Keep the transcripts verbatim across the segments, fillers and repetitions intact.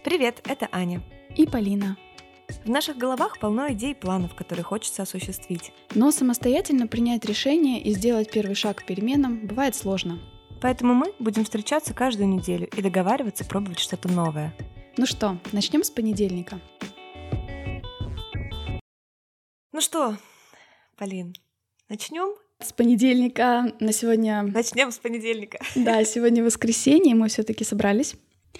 Привет, это Аня. И Полина. В наших головах полно идей и планов, которые хочется осуществить. Но самостоятельно принять решение и сделать первый шаг к переменам бывает сложно. Поэтому мы будем встречаться каждую неделю и договариваться пробовать что-то новое. Ну что, начнем с понедельника. Ну что, Полин, начнем? С понедельника на сегодня... Начнем с понедельника. Да, сегодня воскресенье, мы все-таки собрались.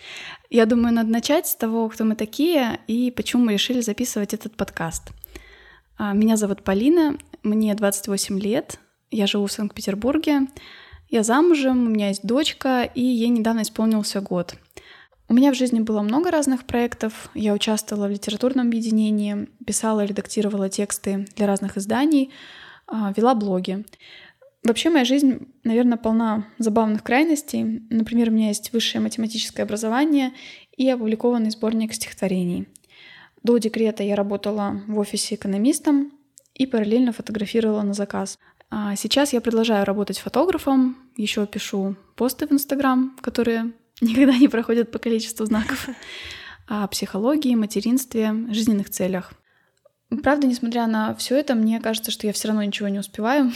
Я думаю, надо начать с того, кто мы такие и почему мы решили записывать этот подкаст. Меня зовут Полина, мне двадцать восемь лет, я живу в Санкт-Петербурге, я замужем, у меня есть дочка, и ей недавно исполнился год. У меня в жизни было много разных проектов, я участвовала в литературном объединении, писала и редактировала тексты для разных изданий, вела блоги. Вообще моя жизнь, наверное, полна забавных крайностей. Например, у меня есть высшее математическое образование и опубликованный сборник стихотворений. До декрета я работала в офисе экономистом и параллельно фотографировала на заказ. А сейчас я продолжаю работать фотографом, еще пишу посты в Инстаграм, которые никогда не проходят по количеству знаков, о психологии, материнстве, жизненных целях. Правда, несмотря на все это, мне кажется, что я все равно ничего не успеваю.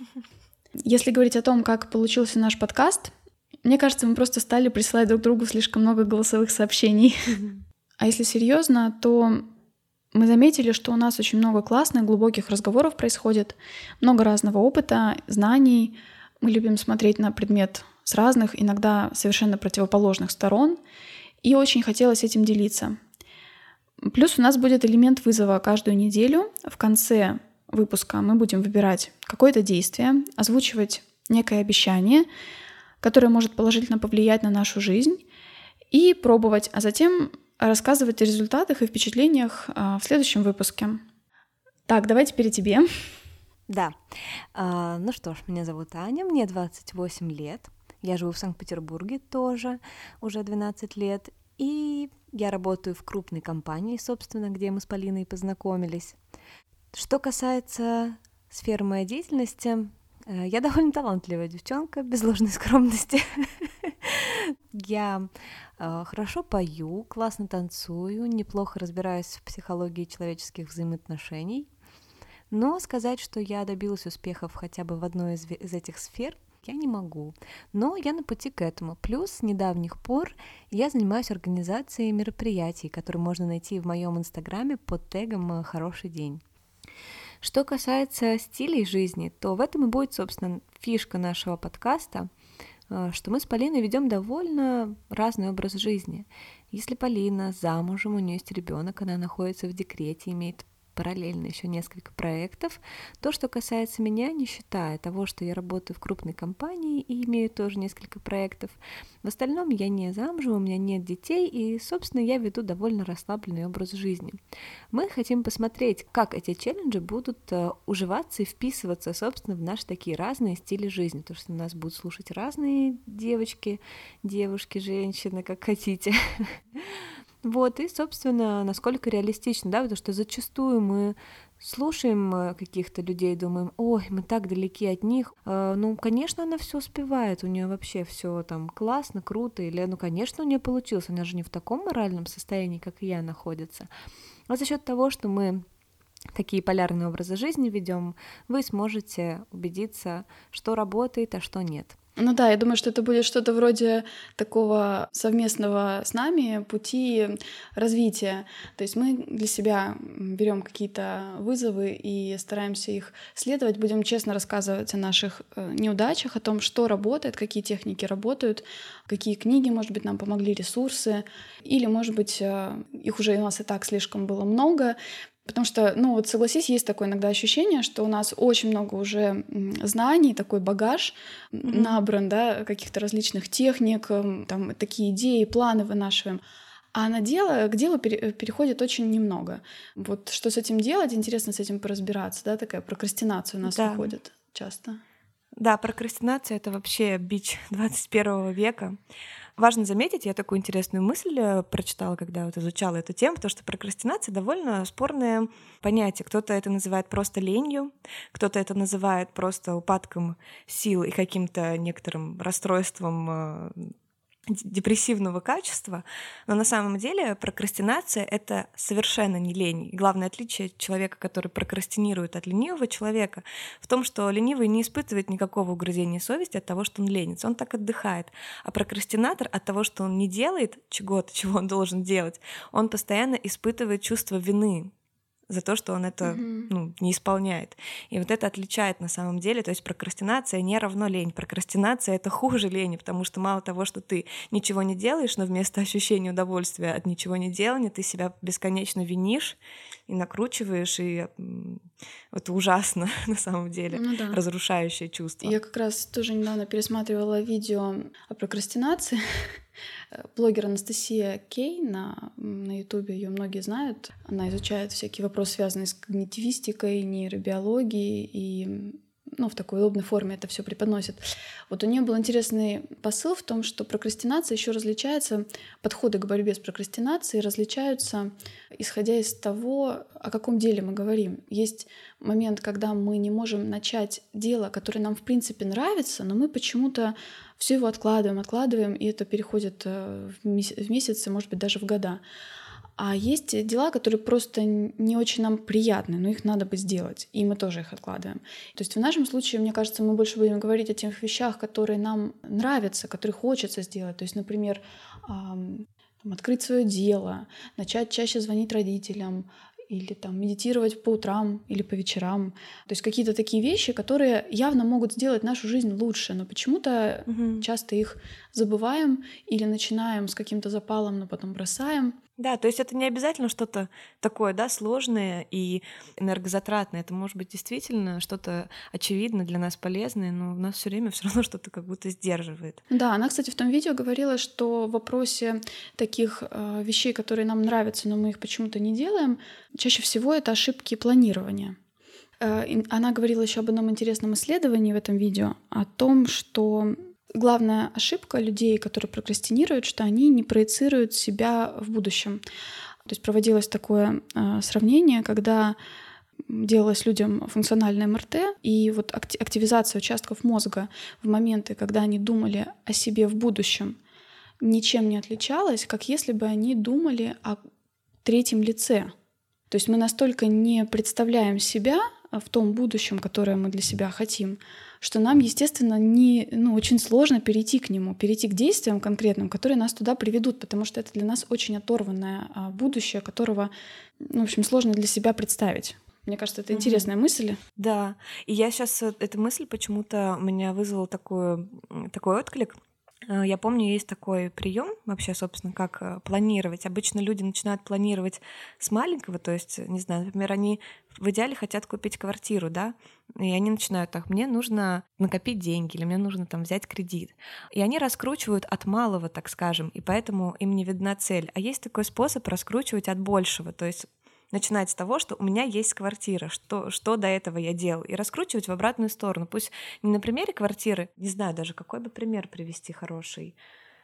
Если говорить о том, как получился наш подкаст, мне кажется, мы просто стали присылать друг другу слишком много голосовых сообщений. Mm-hmm. А если серьезно, то мы заметили, что у нас очень много классных, глубоких разговоров происходит, много разного опыта, знаний. Мы любим смотреть на предмет с разных, иногда совершенно противоположных сторон, и очень хотелось этим делиться. Плюс у нас будет элемент вызова каждую неделю. В конце выпуска мы будем выбирать какое-то действие, озвучивать некое обещание, которое может положительно повлиять на нашу жизнь, и пробовать, а затем рассказывать о результатах и впечатлениях в следующем выпуске. Так, давай теперь тебе. Да. А, ну что ж, меня зовут Аня, мне двадцать восемь лет. Я живу в Санкт-Петербурге тоже уже двенадцать лет. И я работаю в крупной компании, собственно, где мы с Полиной познакомились. Что касается сферы моей деятельности, я довольно талантливая девчонка, без ложной скромности. Я хорошо пою, классно танцую, неплохо разбираюсь в психологии человеческих взаимоотношений. Но сказать, что я добилась успехов хотя бы в одной из, из этих сфер, я не могу. Но я на пути к этому. Плюс с недавних пор я занимаюсь организацией мероприятий, которые можно найти в моем инстаграме под тегом «Хороший день». Что касается стилей жизни, то в этом и будет, собственно, фишка нашего подкаста, что мы с Полиной ведем довольно разный образ жизни. Если Полина замужем, у нее есть ребенок, она находится в декрете, имеет параллельно еще несколько проектов. То, что касается меня, не считая того, что я работаю в крупной компании и имею тоже несколько проектов, в остальном я не замужем, у меня нет детей, и, собственно, я веду довольно расслабленный образ жизни. Мы хотим посмотреть, как эти челленджи будут уживаться и вписываться, собственно, в наши такие разные стили жизни, потому что нас будут слушать разные девочки, девушки, женщины, как хотите. Вот, и, собственно, насколько реалистично, да, потому что зачастую мы слушаем каких-то людей, думаем, ой, мы так далеки от них, э, ну, конечно, она все успевает, у нее вообще все там классно, круто, или, ну, конечно, у нее получилось, она же не в таком моральном состоянии, как и я, находится. А за счет того, что мы такие полярные образы жизни ведем, вы сможете убедиться, что работает, а что нет. Ну да, я думаю, что это будет что-то вроде такого совместного с нами пути развития. То есть мы для себя берем какие-то вызовы и стараемся их следовать, будем честно рассказывать о наших неудачах, о том, что работает, какие техники работают, какие книги, может быть, нам помогли, ресурсы, или, может быть, их уже у нас и так слишком было много. Потому что, ну вот согласись, есть такое иногда ощущение, что у нас очень много уже знаний, такой багаж mm-hmm. набран, да, каких-то различных техник, там такие идеи, планы вынашиваем. А на дело, к делу переходит очень немного. Вот что с этим делать, интересно с этим поразбираться, да, такая прокрастинация у нас да. выходит часто. Да, прокрастинация — это вообще бич двадцать первого века. Важно заметить, я такую интересную мысль прочитала, когда вот изучала эту тему, потому что прокрастинация довольно спорное понятие. Кто-то это называет просто ленью, кто-то это называет просто упадком сил и каким-то некоторым расстройством депрессивного качества, но на самом деле прокрастинация — это совершенно не лень. И главное отличие человека, который прокрастинирует, от ленивого человека в том, что ленивый не испытывает никакого угрызения совести от того, что он ленится, он так отдыхает. А прокрастинатор от того, что он не делает чего-то, чего он должен делать, он постоянно испытывает чувство вины за то, что он это Мгм. ну, не исполняет. И вот это отличает на самом деле, то есть прокрастинация не равно лень. Прокрастинация — это хуже лени, потому что мало того, что ты ничего не делаешь, но вместо ощущения удовольствия от ничего не делания ты себя бесконечно винишь и накручиваешь, и м, это ужасно на самом деле, Ну да. разрушающее чувство. Я как раз тоже недавно пересматривала видео о прокрастинации. Блогер Анастасия Кей на, на Ютубе, ее многие знают. Она изучает всякие вопросы, связанные с когнитивистикой, нейробиологией, и ну, в такой удобной форме это все преподносит. Вот у нее был интересный посыл в том, что прокрастинация еще различается, подходы к борьбе с прокрастинацией различаются, исходя из того, о каком деле мы говорим. Есть момент, когда мы не можем начать дело, которое нам в принципе нравится, но мы почему-то все его откладываем, откладываем, и это переходит в месяцы, может быть, даже в года. А есть дела, которые просто не очень нам приятны, но их надо бы сделать, и мы тоже их откладываем. То есть в нашем случае, мне кажется, мы больше будем говорить о тех вещах, которые нам нравятся, которые хочется сделать. То есть, например, там, открыть свое дело, начать чаще звонить родителям, или там медитировать по утрам или по вечерам. То есть какие-то такие вещи, которые явно могут сделать нашу жизнь лучше, но почему-то Мгм. часто их забываем или начинаем с каким-то запалом, но потом бросаем. Да, то есть это не обязательно что-то такое, да, сложное и энергозатратное. Это может быть действительно что-то очевидно для нас полезное, но у нас все время все равно что-то как будто сдерживает. Да, она, кстати, в том видео говорила, что в вопросе таких э, вещей, которые нам нравятся, но мы их почему-то не делаем, чаще всего это ошибки планирования. Э, и она говорила еще об одном интересном исследовании в этом видео, о том, что главная ошибка людей, которые прокрастинируют, что они не проецируют себя в будущем. То есть проводилось такое э, сравнение, когда делалось людям функциональное эм эр тэ, и вот активизация участков мозга в моменты, когда они думали о себе в будущем, ничем не отличалась, как если бы они думали о третьем лице. То есть мы настолько не представляем себя в том будущем, которое мы для себя хотим, что нам, естественно, не, ну, очень сложно перейти к нему, перейти к действиям конкретным, которые нас туда приведут, потому что это для нас очень оторванное будущее, которого, ну, в общем, сложно для себя представить. Мне кажется, это интересная Мгм. мысль. Да, и я сейчас эта мысль почему-то у меня вызвала такой, такой отклик. Э, Я помню, есть такой прием вообще, собственно, как э, планировать. Обычно люди начинают планировать с маленького, то есть, не знаю, например, они в идеале хотят купить квартиру, да, и они начинают так: мне нужно накопить деньги, или мне нужно там взять кредит. И они раскручивают от малого, так скажем, и поэтому им не видна цель. А есть такой способ раскручивать от большего, то есть начинать с того, что у меня есть квартира, что, что до этого я делал, и раскручивать в обратную сторону. Пусть не на примере квартиры, не знаю даже, какой бы пример привести хороший.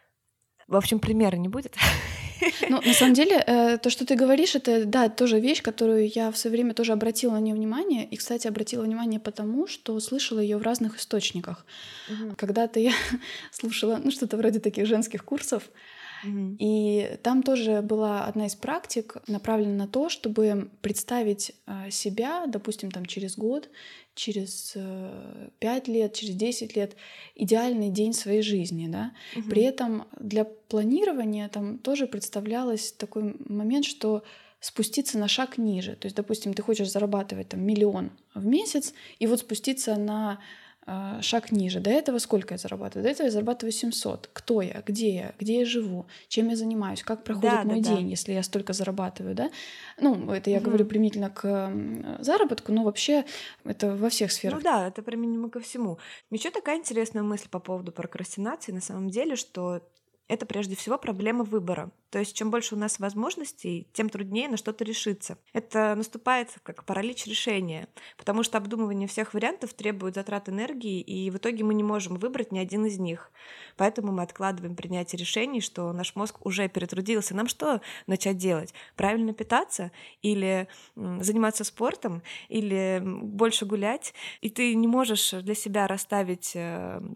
В общем, примера не будет. Ну, на самом деле, э, то, что ты говоришь, это, да, тоже вещь, которую я в свое время тоже обратила на нее внимание. И, кстати, обратила внимание потому, что слышала ее в разных источниках. Мгм. Когда-то я слушала, ну, что-то вроде таких женских курсов, Мгм. и там тоже была одна из практик, направлена на то, чтобы представить э, себя, допустим, там через год, через э, пять лет, через десять лет, идеальный день своей жизни, да. При Мгм. этом для планирования там тоже представлялось такой момент, что спуститься на шаг ниже. То есть, допустим, ты хочешь зарабатывать там миллион в месяц, и вот спуститься на а, шаг ниже. До этого сколько я зарабатываю? До этого я зарабатываю семьсот. Кто я? Где я? Где я живу? Чем я занимаюсь? Как проходит Да, да, мой да. день, если я столько зарабатываю, да? Ну, это я говорю Мгм. применительно к м, заработку, но вообще это во всех Ну сферах. да, это применимо ко всему. Еще такая интересная мысль по поводу прокрастинации, на самом деле, что это прежде всего проблема выбора. То есть чем больше у нас возможностей, тем труднее на что-то решиться. Это наступает как паралич решения, потому что обдумывание всех вариантов требует затрат энергии, и в итоге мы не можем выбрать ни один из них. Поэтому мы откладываем принятие решений, что наш мозг уже перетрудился. Нам что начать делать? Правильно питаться? Или м, заниматься спортом? Или м, больше гулять? И ты не можешь для себя расставить э,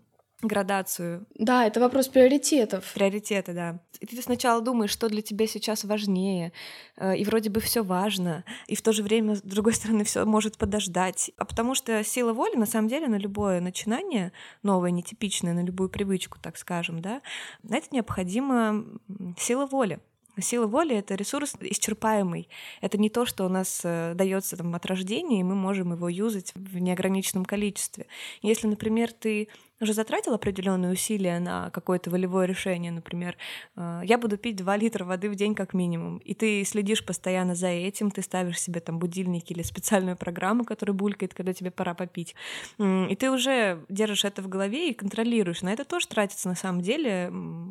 градацию. Да, это вопрос приоритетов. Приоритеты, да. И ты сначала думаешь, что для тебя сейчас важнее, и вроде бы все важно, и в то же время, с другой стороны, все может подождать. А потому что сила воли, на самом деле, на любое начинание, новое, нетипичное, на любую привычку, так скажем, да, на это необходима сила воли. Сила воли — это ресурс исчерпаемый. Это не то, что у нас дается там от рождения, и мы можем его юзать в неограниченном количестве. Если, например, ты уже затратил определенные усилия на какое-то волевое решение, например, я буду пить два литра воды в день как минимум, и ты следишь постоянно за этим, ты ставишь себе там будильник или специальную программу, которая булькает, когда тебе пора попить, и ты уже держишь это в голове и контролируешь. На это тоже тратится на самом деле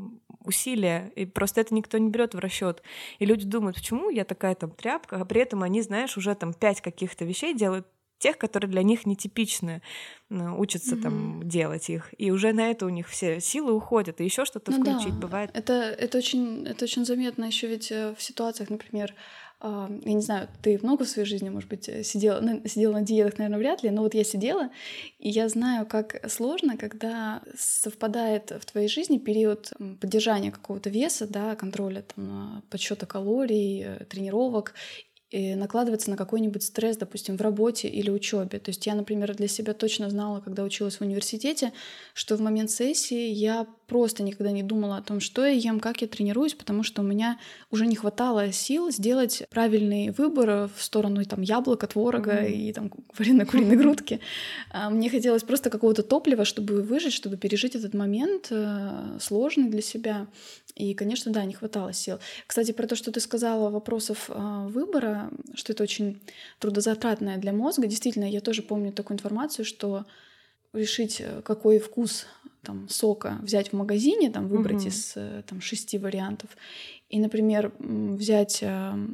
усилия, и просто это никто не берет в расчет. И люди думают, почему я такая там тряпка, а при этом они, знаешь, уже там пять каких-то вещей делают, тех, которые для них нетипичны, учатся mm-hmm. там делать их, и уже на это у них все силы уходят, и еще что-то ну включить да. бывает. Это, это, очень, это очень заметно еще ведь в ситуациях, например, я не знаю, ты много в своей жизни, может быть, сидела, сидела на диетах, наверное, вряд ли, но вот я сидела, и я знаю, как сложно, когда совпадает в твоей жизни период поддержания какого-то веса, да, контроля, там, подсчета калорий, тренировок, и накладываться на какой-нибудь стресс, допустим, в работе или учебе. То есть я, например, для себя точно знала, когда училась в университете, что в момент сессии я просто никогда не думала о том, что я ем, как я тренируюсь, потому что у меня уже не хватало сил сделать правильный выбор в сторону там, яблока, творога mm-hmm. и там, вареной куриной грудки. Мне хотелось просто какого-то топлива, чтобы выжить, чтобы пережить этот момент сложный для себя. И, конечно, да, не хватало сил. Кстати, про то, что ты сказала, вопросов выбора, что это очень трудозатратное для мозга. Действительно, я тоже помню такую информацию, что решить, какой вкус там, сока взять в магазине, там, выбрать mm-hmm. из там, шести вариантов, и, например, взять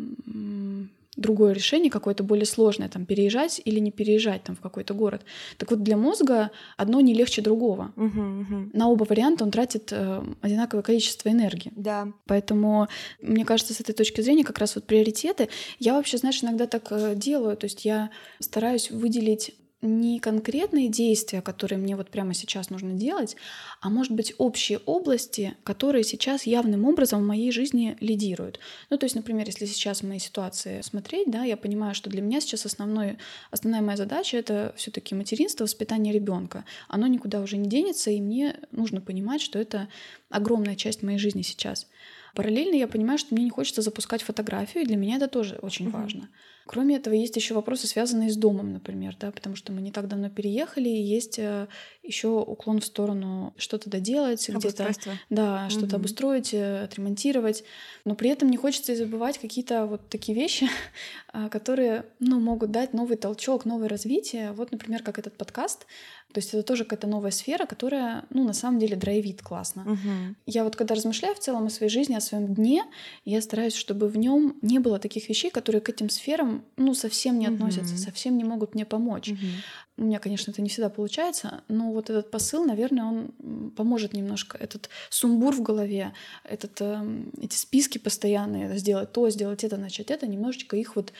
другое решение, какое-то более сложное, там, переезжать или не переезжать там, в какой-то город. Так вот, для мозга одно не легче другого. Uh-huh, uh-huh. На оба варианта он тратит э, одинаковое количество энергии. Да. Поэтому, мне кажется, с этой точки зрения как раз вот приоритеты. Я вообще, знаешь, иногда так э, делаю. То есть я стараюсь выделить не конкретные действия, которые мне вот прямо сейчас нужно делать, а может быть общие области, которые сейчас явным образом в моей жизни лидируют. Ну, то есть, например, если сейчас в моей ситуации смотреть, да, я понимаю, что для меня сейчас основной, основная моя задача — это все-таки материнство, воспитание ребенка. Оно никуда уже не денется, и мне нужно понимать, что это огромная часть моей жизни сейчас. Параллельно я понимаю, что мне не хочется запускать фотографию, и для меня это тоже очень uh-huh. важно. Кроме этого, есть еще вопросы, связанные с домом, например, да, потому что мы не так давно переехали, и есть еще уклон в сторону что-то доделать, где-то да, uh-huh. что-то обустроить, отремонтировать. Но при этом не хочется и забывать какие-то вот такие вещи, которые ну, могут дать новый толчок, новое развитие. Вот, например, как этот подкаст. То есть это тоже какая-то новая сфера, которая, ну, на самом деле драйвит классно. Uh-huh. Я вот когда размышляю в целом о своей жизни, о своем дне, я стараюсь, чтобы в нем не было таких вещей, которые к этим сферам, ну, совсем не относятся, uh-huh. совсем не могут мне помочь. Uh-huh. У меня, конечно, это не всегда получается, но вот этот посыл, наверное, он поможет немножко. Этот сумбур в голове, этот, э, эти списки постоянные, сделать то, сделать это, начать это, немножечко их вот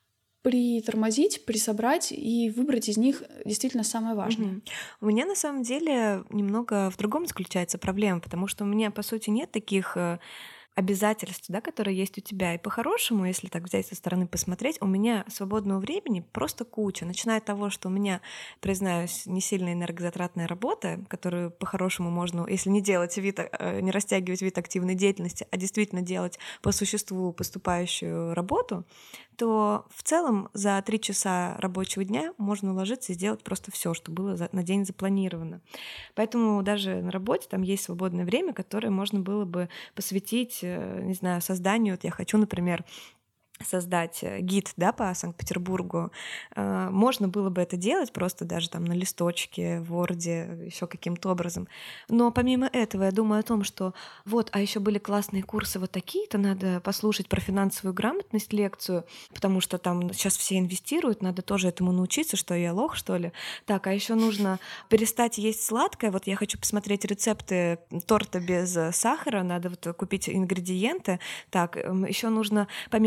притормозить, присобрать и выбрать из них действительно самое важное. Угу. У меня на самом деле немного в другом заключается проблема, потому что у меня, по сути, нет таких обязательств, да, которые есть у тебя. И по-хорошему, если так взять со стороны посмотреть, у меня свободного времени просто куча. Начиная от того, что у меня, признаюсь, не сильно энергозатратная работа, которую по-хорошему можно, если не делать вид, не растягивать вид активной деятельности, а действительно делать по существу поступающую работу, то в целом за три часа рабочего дня можно уложиться и сделать просто все, что было на день запланировано. Поэтому даже на работе там есть свободное время, которое можно было бы посвятить, не знаю, созданию. Вот я хочу, например, создать гид, да, по Санкт-Петербургу. Можно было бы это делать просто даже там на листочке, в Word, еще каким-то образом. Но помимо этого я думаю о том, что вот, а еще были классные курсы вот такие-то, надо послушать про финансовую грамотность лекцию, потому что там сейчас все инвестируют, надо тоже этому научиться, что я лох, что ли. Так, а еще нужно перестать есть сладкое. Вот я хочу посмотреть рецепты торта без сахара, надо вот купить ингредиенты. Так, еще нужно, помимо этого, надо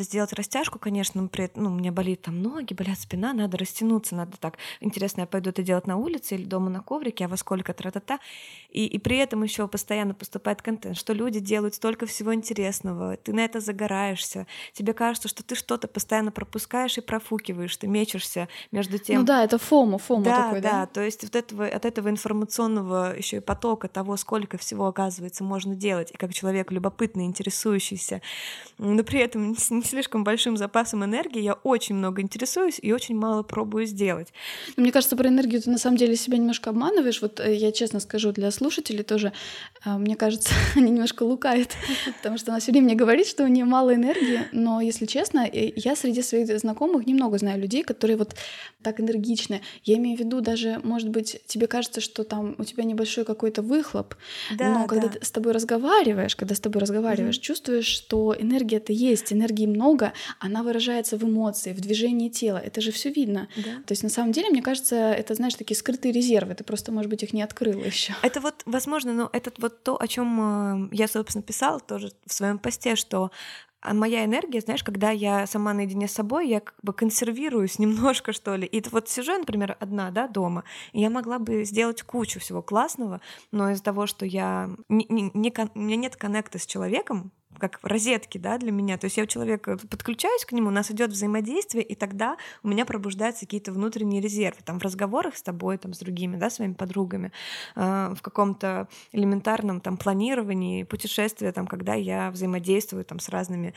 сделать растяжку, конечно, но при этом, ну, у меня болит там ноги, болят спина, надо растянуться, надо так. Интересно, я пойду это делать на улице или дома на коврике, а во сколько тра-та-та. И, и при этом еще постоянно поступает контент, что люди делают столько всего интересного, ты на это загораешься, тебе кажется, что ты что-то постоянно пропускаешь и профукиваешь, ты мечешься между тем... Ну да, это фомо, фомо да, такой, да? да? Да, то есть вот этого, от этого информационного еще и потока того, сколько всего, оказывается, можно делать, и как человек любопытный, интересующийся, но при этом с не слишком большим запасом энергии, я очень много интересуюсь и очень мало пробую сделать. Мне кажется, про энергию ты на самом деле себя немножко обманываешь. Вот я честно скажу для слушателей тоже, мне кажется, они немножко лукавят, потому что она все время мне говорит, что у нее мало энергии, но, если честно, я среди своих знакомых немного знаю людей, которые вот так энергичны. Я имею в виду даже, может быть, тебе кажется, что там у тебя небольшой какой-то выхлоп, Да, но когда да. ты с тобой разговариваешь, когда с тобой разговариваешь, Мгм. чувствуешь, что энергия-то есть, энергии много, она выражается в эмоции, в движении тела. Это же все видно. Да. То есть на самом деле, мне кажется, это, знаешь, такие скрытые резервы. Ты просто, может быть, их не открыла еще. Это вот, возможно, но это вот то, о чем я, собственно, писала тоже в своем посте, что а моя энергия, знаешь, когда я сама наедине с собой, я как бы консервируюсь немножко, что ли. И вот сижу я, например, одна, да, дома, и я могла бы сделать кучу всего классного, но из-за того, что я не, не, не кон- у меня нет коннекта с человеком, как розетки, да, для меня. То есть я у человека подключаюсь к нему, у нас идет взаимодействие, и тогда у меня пробуждаются какие-то внутренние резервы. Там в разговорах с тобой, там, с другими, да, своими подругами, э, в каком-то элементарном там планировании, путешествия, там, когда я взаимодействую там с разными,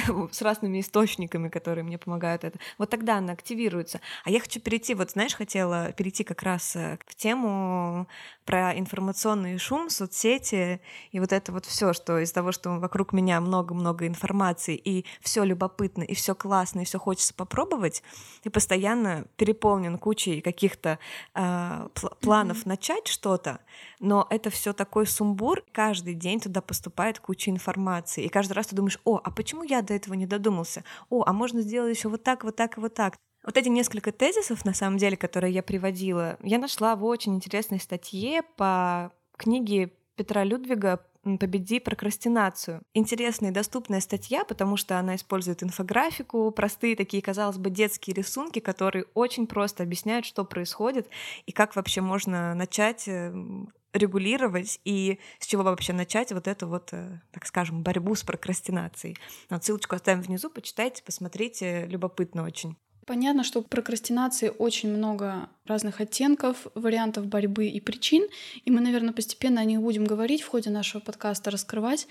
с разными источниками, которые мне помогают это. Вот тогда она активируется. А я хочу перейти, вот знаешь, хотела перейти как раз в тему про информационный шум, соцсети и вот это вот все, что из того, что вокруг меня много-много информации, и все любопытно, и все классно, и все хочется попробовать, ты постоянно переполнен кучей каких-то э, пл- планов mm-hmm. начать что-то, но это все такой сумбур, каждый день туда поступает куча информации, и каждый раз ты думаешь: о, а почему я до этого не додумался? О, а можно сделать еще вот так, вот так и вот так. Вот эти несколько тезисов, на самом деле, которые я приводила, я нашла в очень интересной статье по книге Петра Людвига «Победи прокрастинацию». Интересная и доступная статья, потому что она использует инфографику, простые такие, казалось бы, детские рисунки, которые очень просто объясняют, что происходит и как вообще можно начать регулировать и с чего вообще начать вот эту вот, так скажем, борьбу с прокрастинацией. Вот ссылочку оставим внизу, почитайте, посмотрите, любопытно очень. Понятно, что у прокрастинации очень много разных оттенков, вариантов борьбы и причин, и мы, наверное, постепенно о них будем говорить в ходе нашего подкаста, раскрывать.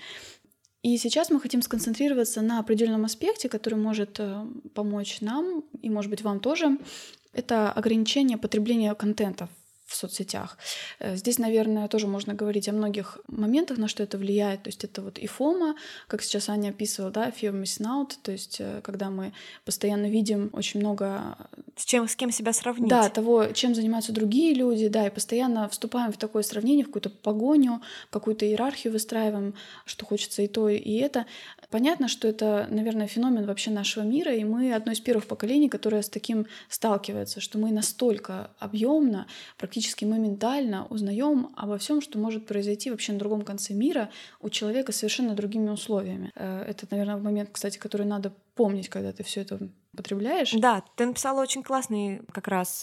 И сейчас мы хотим сконцентрироваться на определенном аспекте, который может помочь нам, и, может быть, вам тоже. Это ограничение потребления контента в соцсетях. Здесь, наверное, тоже можно говорить о многих моментах, на что это влияет. То есть это вот и фомо, как сейчас Аня описывала, да, fear of missing out, то есть когда мы постоянно видим очень много... С чем, с кем себя сравнить. Да, того, чем занимаются другие люди, да, и постоянно вступаем в такое сравнение, в какую-то погоню, какую-то иерархию выстраиваем, что хочется и то, и это. Понятно, что это, наверное, феномен вообще нашего мира, и мы одно из первых поколений, которое с таким сталкивается, что мы настолько объемно, практически моментально узнаем обо всем, что может произойти вообще на другом конце мира у человека с совершенно другими условиями. Это, наверное, момент, кстати, который надо помнить, когда ты все это потребляешь. Да, ты написала очень классный как раз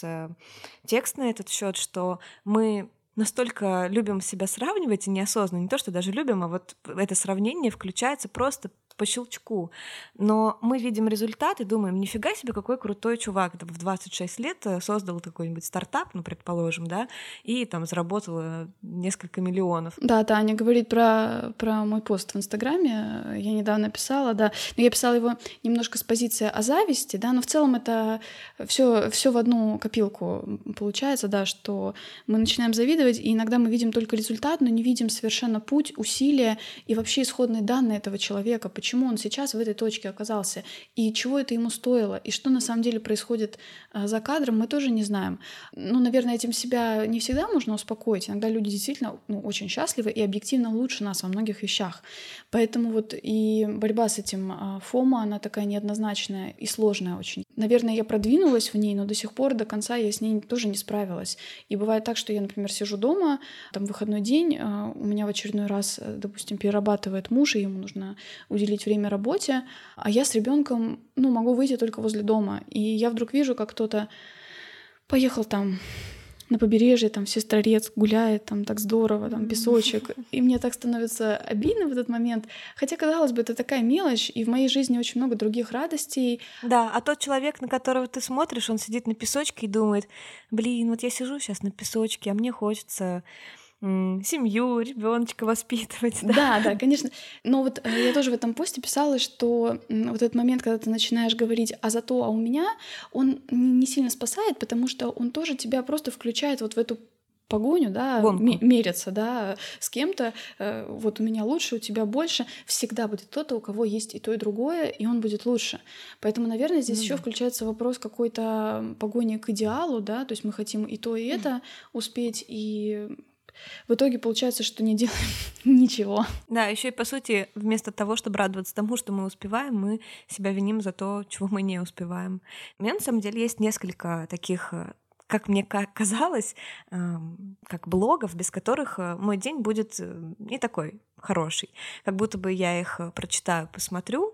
текст на этот счет, что мы настолько любим себя сравнивать и неосознанно, не то, что даже любим, а вот это сравнение включается просто по щелчку. Но мы видим результат и думаем: нифига себе, какой крутой чувак. Это в двадцать шесть лет создал какой-нибудь стартап, ну, предположим, да, и там заработал несколько миллионов. Да, Таня говорит про, про мой пост в Инстаграме. Я недавно писала, да. Но я писала его немножко с позиции о зависти, да, но в целом это все все в одну копилку получается, да, что мы начинаем завидовать, и иногда мы видим только результат, но не видим совершенно путь, усилия и вообще исходные данные этого человека, почему он сейчас в этой точке оказался, и чего это ему стоило, и что на самом деле происходит за кадром, мы тоже не знаем. Ну, наверное, этим себя не всегда можно успокоить. Иногда люди действительно, ну, очень счастливы и объективно лучше нас во многих вещах. Поэтому вот и борьба с этим фомо, она такая неоднозначная и сложная очень. Наверное, я продвинулась в ней, но до сих пор до конца я с ней тоже не справилась. И бывает так, что я, например, сижу дома, там выходной день, у меня в очередной раз, допустим, перерабатывает муж, и ему нужно уделить уделить время работе, а я с ребенком, ну, могу выйти только возле дома. И я вдруг вижу, как кто-то поехал там на побережье, там в Сестрорецк гуляет, там так здорово, там песочек. И мне так становится обидно в этот момент. Хотя, казалось бы, это такая мелочь, и в моей жизни очень много других радостей. Да, а тот человек, на которого ты смотришь, он сидит на песочке и думает: блин, вот я сижу сейчас на песочке, а мне хочется м, семью, ребеночка воспитывать. Да, Да, да, конечно. Но вот э, я тоже в этом посте писала, что м, вот этот момент, когда ты начинаешь говорить «а зато, а у меня», он н- не сильно спасает, потому что он тоже тебя просто включает вот в эту погоню, да, ме- гонку. мериться, да, с кем-то. э, Вот у меня лучше, у тебя больше. Всегда будет кто-то, у кого есть и то, и другое, и он будет лучше. Поэтому, наверное, здесь Ну еще да. включается вопрос какой-то погони к идеалу, да, то есть мы хотим и то, и это успеть, и в итоге получается, что не делаем ничего. Да, еще и по сути, вместо того, чтобы радоваться тому, что мы успеваем, мы себя виним за то, чего мы не успеваем. У меня на самом деле есть несколько таких, э, как мне ка- казалось, эм, как блогов, без которых э, мой день будет э, не такой хороший. Как будто бы я их э, прочитаю, посмотрю,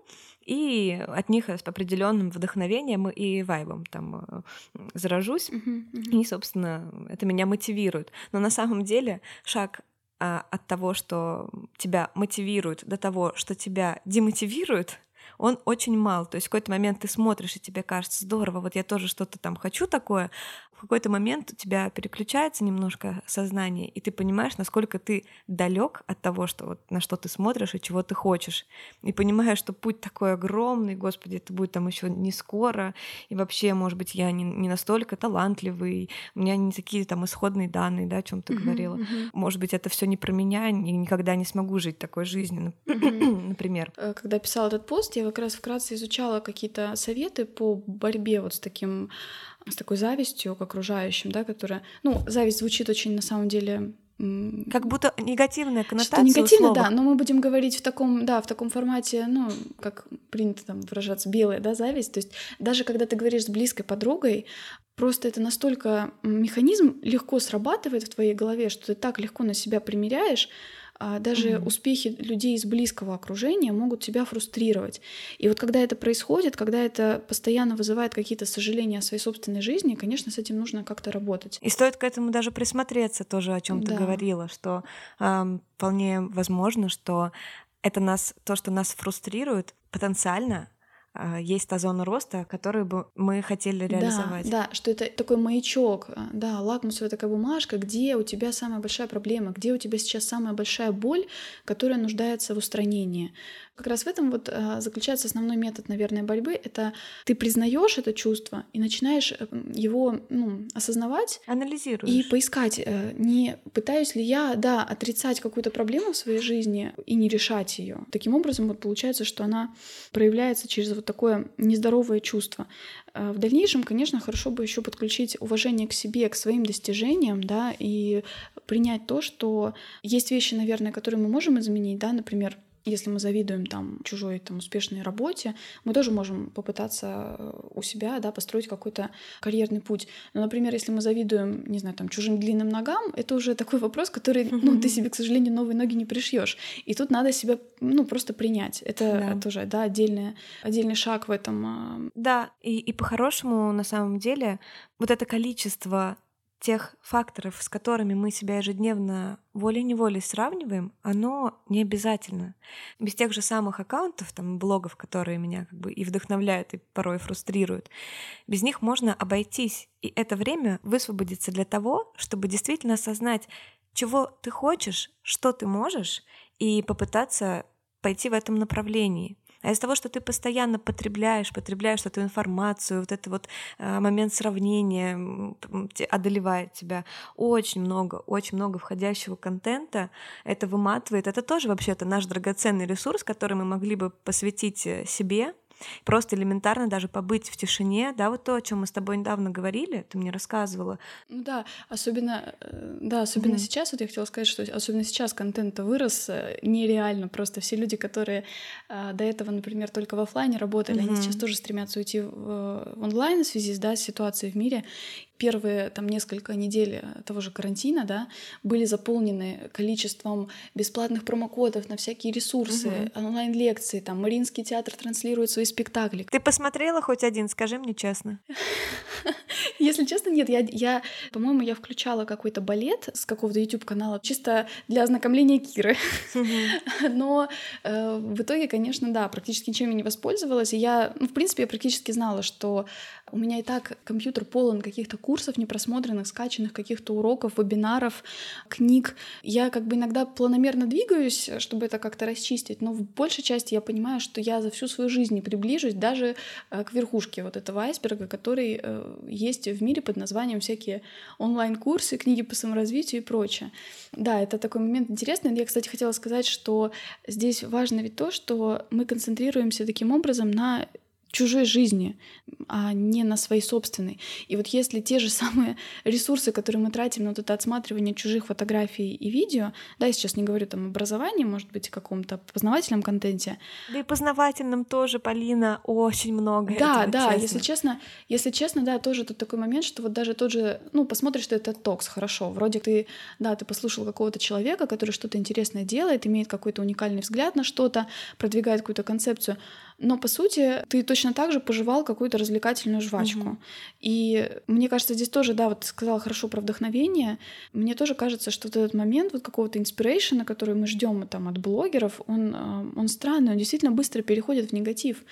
и от них с определенным вдохновением и вайбом там э, м, заражусь. Мгм, мгм. И, собственно, это меня мотивирует. Но на самом деле шаг а, от того, что тебя мотивирует, до того, что тебя демотивирует, он очень мал. То есть в какой-то момент ты смотришь, и тебе кажется: здорово, вот я тоже что-то там хочу такое. В какой-то момент у тебя переключается немножко сознание, и ты понимаешь, насколько ты далек от того, что вот на что ты смотришь и чего ты хочешь. И понимаешь, что путь такой огромный, господи, это будет там еще не скоро, и вообще, может быть, я не, не настолько талантливый, у меня не такие там исходные данные, да, о чем ты Мгм, говорила. мгм, Может быть, это все не про меня, и никогда не смогу жить такой жизнью, мгм. например. Э, Когда писала этот пост, я как раз вкратце изучала какие-то советы по борьбе вот с таким, с такой завистью к окружающим, да, которая, ну, зависть звучит очень на самом деле м, Как будто негативная что коннотация у негативно, слова. да, но мы будем говорить в таком, да, в таком формате, ну, как принято там выражаться, белая, да, зависть. То есть даже когда ты говоришь с близкой подругой, просто это настолько м, механизм легко срабатывает в твоей голове, что ты так легко на себя примеряешь, а даже Мгм. успехи людей из близкого окружения могут тебя фрустрировать. И вот когда это происходит, когда это постоянно вызывает какие-то сожаления о своей собственной жизни, конечно, с этим нужно как-то работать. И стоит к этому даже присмотреться тоже, о чем ты Да. говорила, что ам, вполне возможно, что это нас, то, что нас фрустрирует, потенциально а, есть та зона роста, которую бы мы хотели Да, реализовать. да, что это такой маячок, а, да, лакмусовая такая бумажка, где у тебя самая большая проблема, где у тебя сейчас самая большая боль, которая нуждается в устранении. Как раз в этом вот а, заключается основной метод, наверное, борьбы. Это ты признаешь это чувство и начинаешь э, м, его, ну, осознавать и Анализируешь. поискать, э, не пытаюсь ли я, да, отрицать какую-то проблему в своей жизни и не решать ее. Таким образом, вот получается, что она проявляется через вот такое нездоровое чувство. Э, В дальнейшем, конечно, хорошо бы еще подключить уважение к себе, к своим достижениям, да, и принять то, что есть вещи, наверное, которые мы можем изменить, да, например, если мы завидуем там чужой там успешной работе, мы тоже можем попытаться э, у себя, да, построить какой-то карьерный путь. Но, например, если мы завидуем, не знаю, там чужим длинным ногам, это уже такой вопрос, который, ну, ты себе, к сожалению, новые ноги не пришьешь. И тут надо себя, ну, просто принять. Это Да. тоже, да, отдельный, отдельный шаг в этом. а, Да, и, и по-хорошему, на самом деле, вот это количество тех факторов, с которыми мы себя ежедневно волей-неволей сравниваем, оно не обязательно. Без тех же самых аккаунтов, там, блогов, которые меня как бы и вдохновляют, и порой фрустрируют, без них можно обойтись. И это время высвободится для того, чтобы действительно осознать, чего ты хочешь, что ты можешь, и попытаться пойти в этом направлении. А из-за того, что ты постоянно потребляешь, потребляешь эту информацию, вот этот вот э, момент сравнения м, м, те- одолевает тебя очень много, очень много входящего контента, это выматывает. Это тоже вообще-то наш драгоценный ресурс, который мы могли бы посвятить э, себе, просто элементарно даже побыть в тишине, да, вот то, о чем мы с тобой недавно говорили, ты мне рассказывала. Ну да, особенно, э, да, особенно Мгм. сейчас, вот я хотела сказать, что особенно сейчас контент вырос э, нереально, просто все люди, которые а, до этого, например, только в оффлайне работали, они сейчас Мгм. тоже стремятся уйти в, в онлайн в связи с, да, с ситуацией в мире, Первые там несколько недель того же карантина, да, были заполнены количеством бесплатных промокодов на всякие ресурсы, угу. онлайн-лекции, там Мариинский театр транслирует свои спектакли. Ты посмотрела хоть один, скажи мне честно? Если честно, нет, я, я, по-моему, я включала какой-то балет с какого-то YouTube-канала чисто для ознакомления Киры. Mm-hmm. Но э, в итоге, конечно, да, практически ничем я не воспользовалась. И я, ну, в принципе, я практически знала, что у меня и так компьютер полон каких-то курсов непросмотренных, скачанных, каких-то уроков, вебинаров, книг. Я как бы иногда планомерно двигаюсь, чтобы это как-то расчистить, но в большей части я понимаю, что я за всю свою жизнь не приближусь даже э, к верхушке вот этого айсберга, который э, есть в мире под названием всякие онлайн-курсы, книги по саморазвитию и прочее. Да, это такой момент интересный. Я, кстати, хотела сказать, что здесь важно ведь то, что мы концентрируемся таким образом на чужой жизни, а не на своей собственной. И вот если те же самые ресурсы, которые мы тратим на вот это отсматривание чужих фотографий и видео, да, я сейчас не говорю там образовании, может быть, каком-то познавательном контенте. Да и познавательном тоже, Полина, очень много. Да, этого, да, честно. если честно, если честно, да, тоже тут такой момент, что вот даже тот же, ну, посмотришь ты этот токс, хорошо, вроде ты, да, ты послушал какого-то человека, который что-то интересное делает, имеет какой-то уникальный взгляд на что-то, продвигает какую-то концепцию, но, по сути, ты точно так же пожевал какую-то развлекательную жвачку. Mm-hmm. И мне кажется, здесь тоже, да, вот ты сказала хорошо про вдохновение. Мне тоже кажется, что вот этот момент вот какого-то инспирейшена, который мы ждем там от блогеров, он, он странный, он действительно быстро переходит в негатив.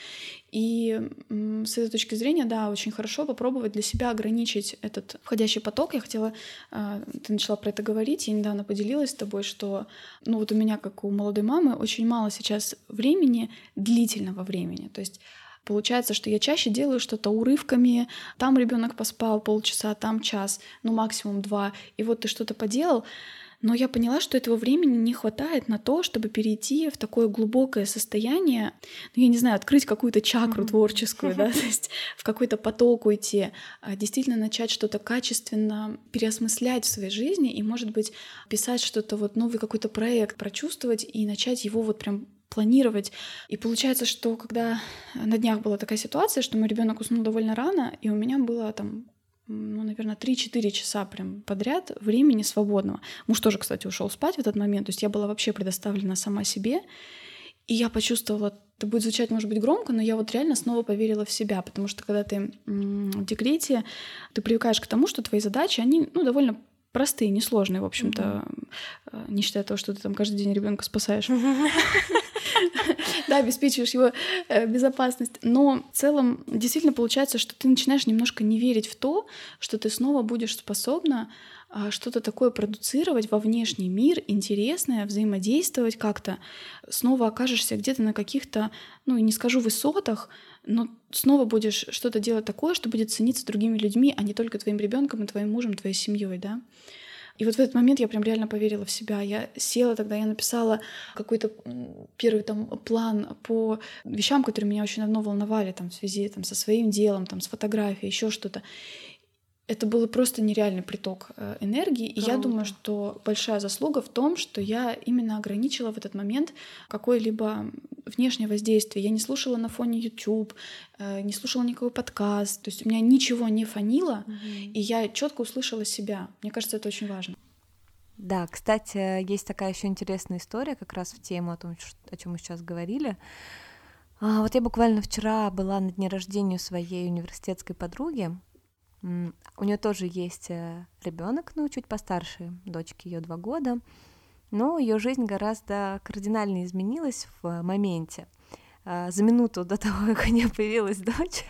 И с этой точки зрения, да, очень хорошо попробовать для себя ограничить этот входящий поток. Я хотела, ты начала про это говорить, я недавно поделилась с тобой, что, ну вот у меня, как у молодой мамы, очень мало сейчас времени, длительного времени. То есть получается, что я чаще делаю что-то урывками, там ребенок поспал полчаса, там час, ну максимум два, и вот ты что-то поделал. Но я поняла, что этого времени не хватает на то, чтобы перейти в такое глубокое состояние, ну, я не знаю, открыть какую-то чакру mm-hmm. творческую, да, то есть в какой-то поток уйти, действительно начать что-то качественно переосмыслять в своей жизни и, может быть, писать что-то, вот новый какой-то проект, прочувствовать и начать его вот прям планировать. И получается, что когда на днях была такая ситуация, что мой ребенок уснул довольно рано, и у меня было там ну, наверное, три-четыре часа прям подряд времени свободного. Муж тоже, кстати, ушел спать в этот момент, то есть я была вообще предоставлена сама себе, и я почувствовала, это будет звучать, может быть, громко, но я вот реально снова поверила в себя, потому что когда ты в декрете, ты привыкаешь к тому, что твои задачи, они, ну, довольно простые, несложные, в общем-то, mm-hmm. не считая того, что ты там каждый день ребенка спасаешь. Да, обеспечиваешь его безопасность. Но в целом действительно получается, что ты начинаешь немножко не верить в то, что ты снова будешь способна что-то такое продуцировать во внешний мир, интересное, взаимодействовать как-то. Снова окажешься где-то на каких-то, ну, не скажу высотах, но снова будешь что-то делать такое, что будет цениться другими людьми, а не только твоим ребенком и твоим мужем, твоей семьей, да. И вот в этот момент я прям реально поверила в себя. Я села тогда, я написала какой-то первый там план по вещам, которые меня очень давно волновали там, в связи там, со своим делом, там, с фотографией, еще что-то. Это был просто нереальный приток энергии, и Круто. Я думаю, что большая заслуга в том, что я именно ограничила в этот момент какое-либо внешнее воздействие. Я не слушала на фоне YouTube, не слушала никакой подкаст, то есть у меня ничего не фонило, mm-hmm. и я четко услышала себя. Мне кажется, это очень важно. Да, кстати, есть такая еще интересная история как раз в тему о том, о чем мы сейчас говорили. Вот я буквально вчера была на дне рождения своей университетской подруги. У нее тоже есть ребенок, ну, чуть постарше, дочке ее два года, но ее жизнь гораздо кардинально изменилась в моменте. За минуту до того, как у нее появилась дочь,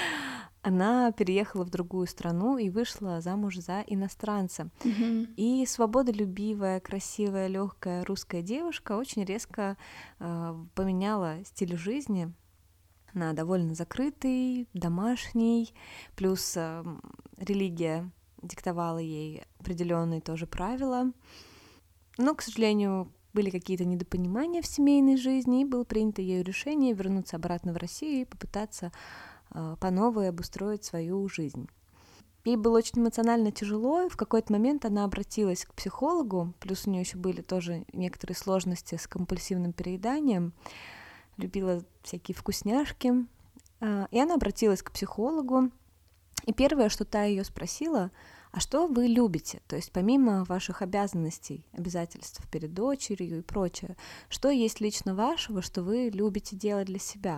она переехала в другую страну и вышла замуж за иностранца. Mm-hmm. И свободолюбивая, красивая, легкая русская девушка очень резко поменяла стиль жизни. Она довольно закрытый, домашний, плюс э, религия диктовала ей определенные тоже правила. Но, к сожалению, были какие-то недопонимания в семейной жизни, и было принято ею решение вернуться обратно в Россию и попытаться э, по новой обустроить свою жизнь. Ей было очень эмоционально тяжело, и в какой-то момент она обратилась к психологу, плюс у нее еще были тоже некоторые сложности с компульсивным перееданием, любила всякие вкусняшки, и она обратилась к психологу, И первое, что та ее спросила: а что вы любите? То есть помимо ваших обязанностей, обязательств перед дочерью и прочее, что есть лично вашего, что вы любите делать для себя?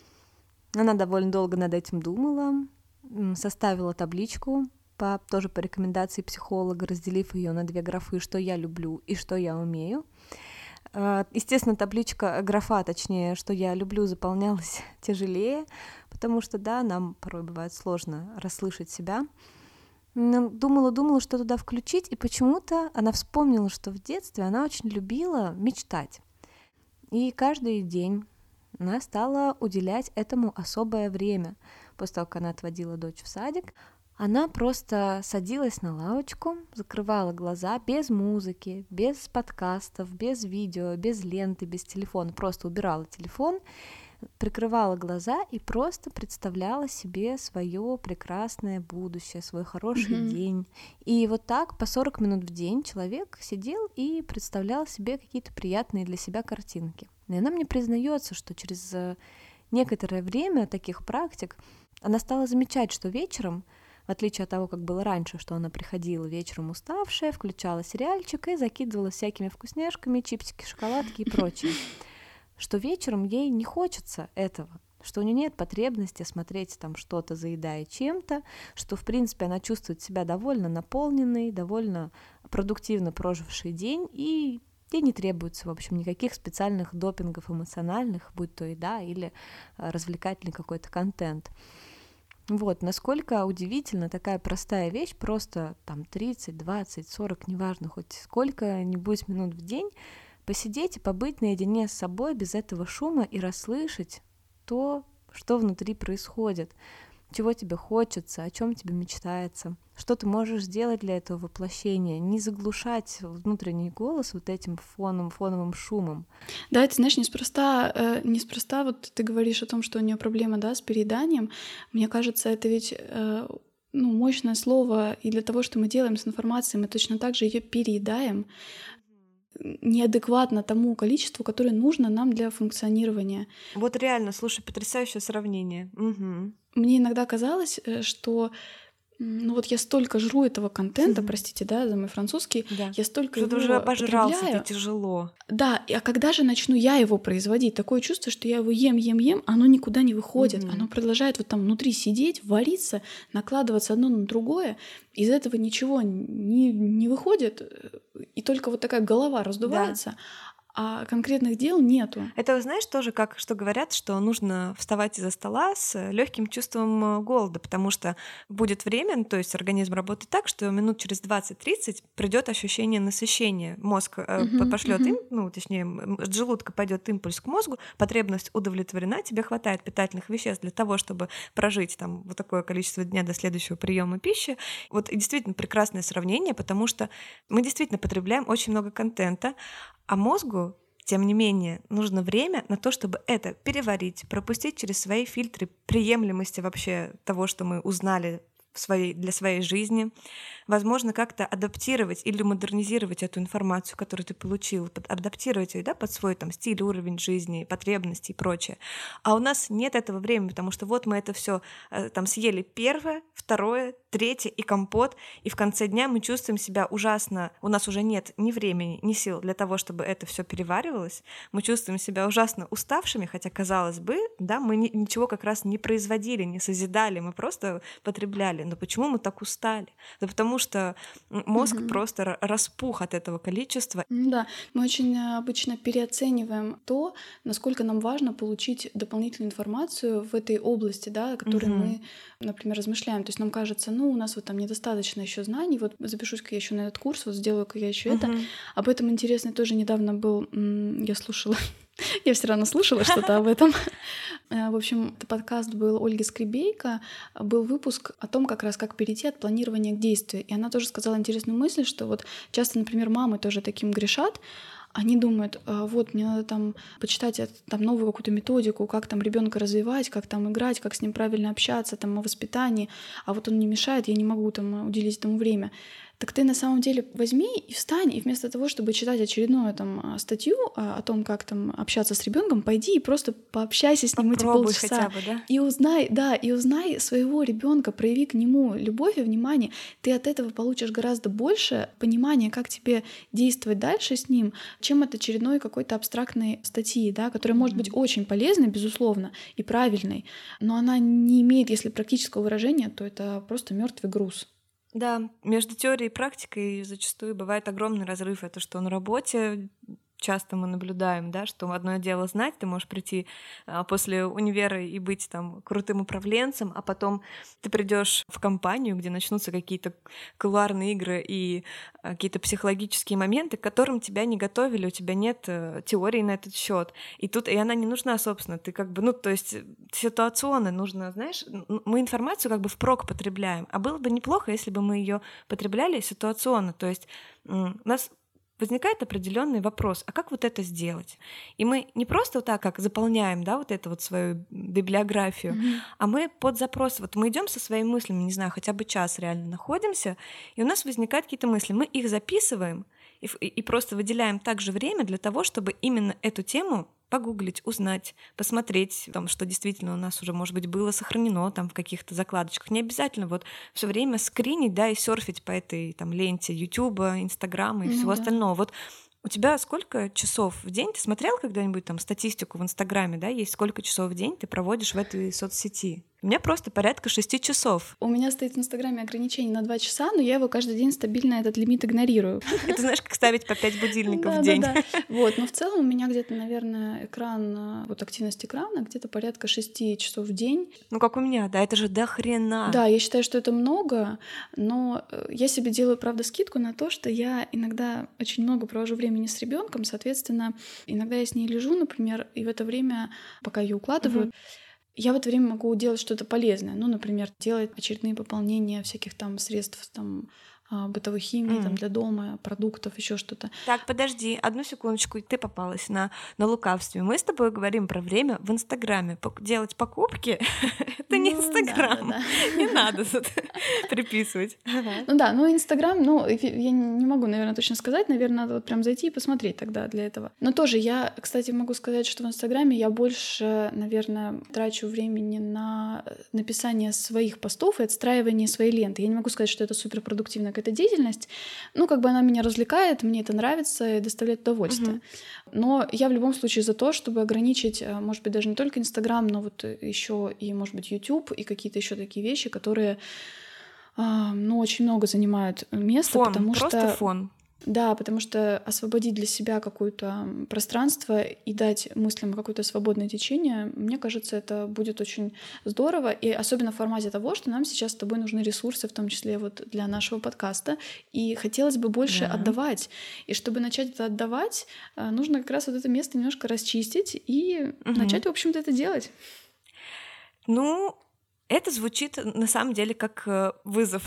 Она довольно долго над этим думала, составила табличку, по, тоже по рекомендации психолога, разделив ее на две графы: что я люблю и что я умею. Естественно, табличка, графа, точнее, что я люблю, заполнялась тяжелее, потому что, да, нам порой бывает сложно расслышать себя. Думала-думала, что туда включить, и почему-то она вспомнила, что в детстве она очень любила мечтать. И каждый день она стала уделять этому особое время. После того, как она отводила дочь в садик, она просто садилась на лавочку, закрывала глаза, без музыки, без подкастов, без видео, без ленты, без телефона, просто убирала телефон, прикрывала глаза и просто представляла себе свое прекрасное будущее, свой хороший mm-hmm. день. И вот так по сорок минут в день человек сидел и представлял себе какие-то приятные для себя картинки. И она мне признается, что через некоторое время таких практик она стала замечать, что вечером, в отличие от того, как было раньше, что она приходила вечером уставшая, включала сериальчик и закидывала всякими вкусняшками, чипсики, шоколадки и прочее, что вечером ей не хочется этого, что у нее нет потребности смотреть там что-то, заедая чем-то, что, в принципе, она чувствует себя довольно наполненной, довольно продуктивно проживший день, и ей не требуется, в общем, никаких специальных допингов эмоциональных, будь то еда или развлекательный какой-то контент. Вот, насколько удивительно такая простая вещь, просто там тридцать, двадцать, сорок, неважно, хоть сколько-нибудь минут в день, посидеть и побыть наедине с собой без этого шума и расслышать то, что внутри происходит, чего тебе хочется, о чем тебе мечтается, что ты можешь сделать для этого воплощения, не заглушать внутренний голос вот этим фоном, фоновым шумом. Да, ты знаешь, неспроста, э, неспроста вот ты говоришь о том, что у нее проблема, да, с перееданием. Мне кажется, это ведь э, ну, мощное слово, и для того, что мы делаем с информацией, мы точно так же ее переедаем неадекватно тому количеству, которое нужно нам для функционирования. Вот реально, слушай, потрясающее сравнение. Угу. Мне иногда казалось, что ну вот я столько жру этого контента, mm-hmm. простите, да, за мой французский, да. я столько что его уже обожрался, потребляю. это тяжело. Да, а когда же начну я его производить? Такое чувство, что я его ем, ем, ем, оно никуда не выходит, mm-hmm. оно продолжает вот там внутри сидеть, вариться, накладываться одно на другое, из этого ничего не, не выходит, и только вот такая голова раздувается. Да. А конкретных дел нету. Это, знаешь, тоже как, что говорят, что нужно вставать из-за стола с легким чувством голода, потому что будет время, то есть организм работает так, что минут через двадцать-тридцать придет ощущение насыщения. Мозг uh-huh, пошлет uh-huh. им, ну, точнее, от желудка пойдет импульс к мозгу, потребность удовлетворена, тебе хватает питательных веществ для того, чтобы прожить там вот такое количество дня до следующего приема пищи. Вот и действительно прекрасное сравнение, потому что мы действительно потребляем очень много контента, а мозгу, тем не менее, нужно время на то, чтобы это переварить, пропустить через свои фильтры приемлемости вообще того, что мы узнали в своей, для своей жизни, возможно, как-то адаптировать или модернизировать эту информацию, которую ты получил, под, адаптировать ее, да, под свой там, стиль, уровень жизни, потребности и прочее. А у нас нет этого времени, потому что вот мы это все там съели первое, второе, третье и компот, и в конце дня мы чувствуем себя ужасно, у нас уже нет ни времени, ни сил для того, чтобы это все переваривалось, мы чувствуем себя ужасно уставшими, хотя, казалось бы, да, мы ни, ничего как раз не производили, не созидали, мы просто потребляли. Но почему мы так устали? Да потому что мозг mm-hmm. просто распух от этого количества. Да, мы очень обычно переоцениваем то, насколько нам важно получить дополнительную информацию в этой области, да, о которой mm-hmm. мы, например, размышляем. То есть нам кажется, ну, у нас вот там недостаточно еще знаний, вот запишусь-ка я еще на этот курс, вот сделаю-ка я еще mm-hmm. это. Об этом интересно тоже недавно был, я слушала, я все равно слушала что-то об этом. В общем, это подкаст был Ольги Скребейко, был выпуск о том, как раз как перейти от планирования к действию. И она тоже сказала интересную мысль, что вот часто, например, мамы тоже таким грешат. Они думают, вот, мне надо там почитать там новую какую-то методику, как там ребенка развивать, как там играть, как с ним правильно общаться, там о воспитании, а вот он не мешает, я не могу там уделить этому время. Так ты на самом деле возьми и встань, и вместо того, чтобы читать очередную там статью о том, как там общаться с ребенком, пойди и просто пообщайся с ним эти полчаса. Хотя бы, да? И узнай, да, и узнай своего ребенка, прояви к нему любовь и внимание. Ты от этого получишь гораздо больше понимания, как тебе действовать дальше с ним, чем от очередной какой-то абстрактной статьи, да, которая может быть очень полезной, безусловно, и правильной, но она не имеет, если практического выражения, то это просто мертвый груз. Да, между теорией и практикой зачастую бывает огромный разрыв. Это что на работе часто мы наблюдаем, да, что одно дело знать, ты можешь прийти а, после универа и быть там крутым управленцем, а потом ты придешь в компанию, где начнутся какие-то кулуарные игры и а, какие-то психологические моменты, к которым тебя не готовили, у тебя нет а, теории на этот счет. И тут и она не нужна, собственно. Ты как бы, ну, то есть ситуационно нужно, знаешь, мы информацию как бы впрок потребляем, а было бы неплохо, если бы мы ее потребляли ситуационно. То есть у нас возникает определенный вопрос, а как вот это сделать? И мы не просто вот так, как заполняем, да, вот эту вот свою библиографию, mm-hmm. а мы под запрос, вот мы идем со своими мыслями, не знаю, хотя бы час реально находимся, и у нас возникают какие-то мысли, мы их записываем и, и, и просто выделяем также время для того, чтобы именно эту тему погуглить, узнать, посмотреть, там, что действительно у нас уже, может быть, было сохранено там в каких-то закладочках. Не обязательно вот все время скринить, да, и серфить по этой там ленте Ютуба, Инстаграма и ну, всего да. остального. Вот у тебя сколько часов в день? Ты смотрел когда-нибудь там статистику в Инстаграме, да, есть сколько часов в день ты проводишь в этой соцсети? У меня просто порядка шести часов. У меня стоит в Инстаграме ограничение на два часа, но я его каждый день стабильно этот лимит игнорирую. Это знаешь, как ставить по пять будильников в день. Да, да, да. Вот, но в целом у меня где-то, наверное, экран, вот активность экрана где-то порядка шести часов в день. Ну, как у меня, да, это же до хрена. Да, я считаю, что это много, но я себе делаю, правда, скидку на то, что я иногда очень много провожу времени с ребенком, соответственно, иногда я с ней лежу, например, и в это время, пока ее укладываю, mm-hmm. я в это время могу делать что-то полезное. Ну, например, делать очередные пополнения всяких там средств, там, бытовой химии, mm. там, для дома, продуктов, еще что-то. Так, подожди, одну секундочку, ты попалась на, на лукавстве. Мы с тобой говорим про время в Инстаграме. Делать покупки — это не Инстаграм. Не надо тут приписывать. Ну да, ну Инстаграм, ну, я не могу, наверное, точно сказать. Наверное, надо вот прям зайти и посмотреть тогда для этого. Но тоже я, кстати, могу сказать, что в Инстаграме я больше, наверное, трачу времени на написание своих постов и отстраивание своей ленты. Я не могу сказать, что это суперпродуктивно эта деятельность, ну, как бы она меня развлекает, мне это нравится и доставляет удовольствие. Uh-huh. Но я в любом случае за то, чтобы ограничить, может быть, даже не только Инстаграм, но вот еще и, может быть, Ютуб и какие-то еще такие вещи, которые, ну, очень много занимают места, фон, потому просто что... фон. Да, потому что освободить для себя какое-то пространство и дать мыслям какое-то свободное течение, мне кажется, это будет очень здорово, и особенно в формате того, что нам сейчас с тобой нужны ресурсы, в том числе вот для нашего подкаста, и хотелось бы больше да. отдавать. И чтобы начать это отдавать, нужно как раз вот это место немножко расчистить и угу. начать, в общем-то, это делать. Ну, это звучит на самом деле как вызов.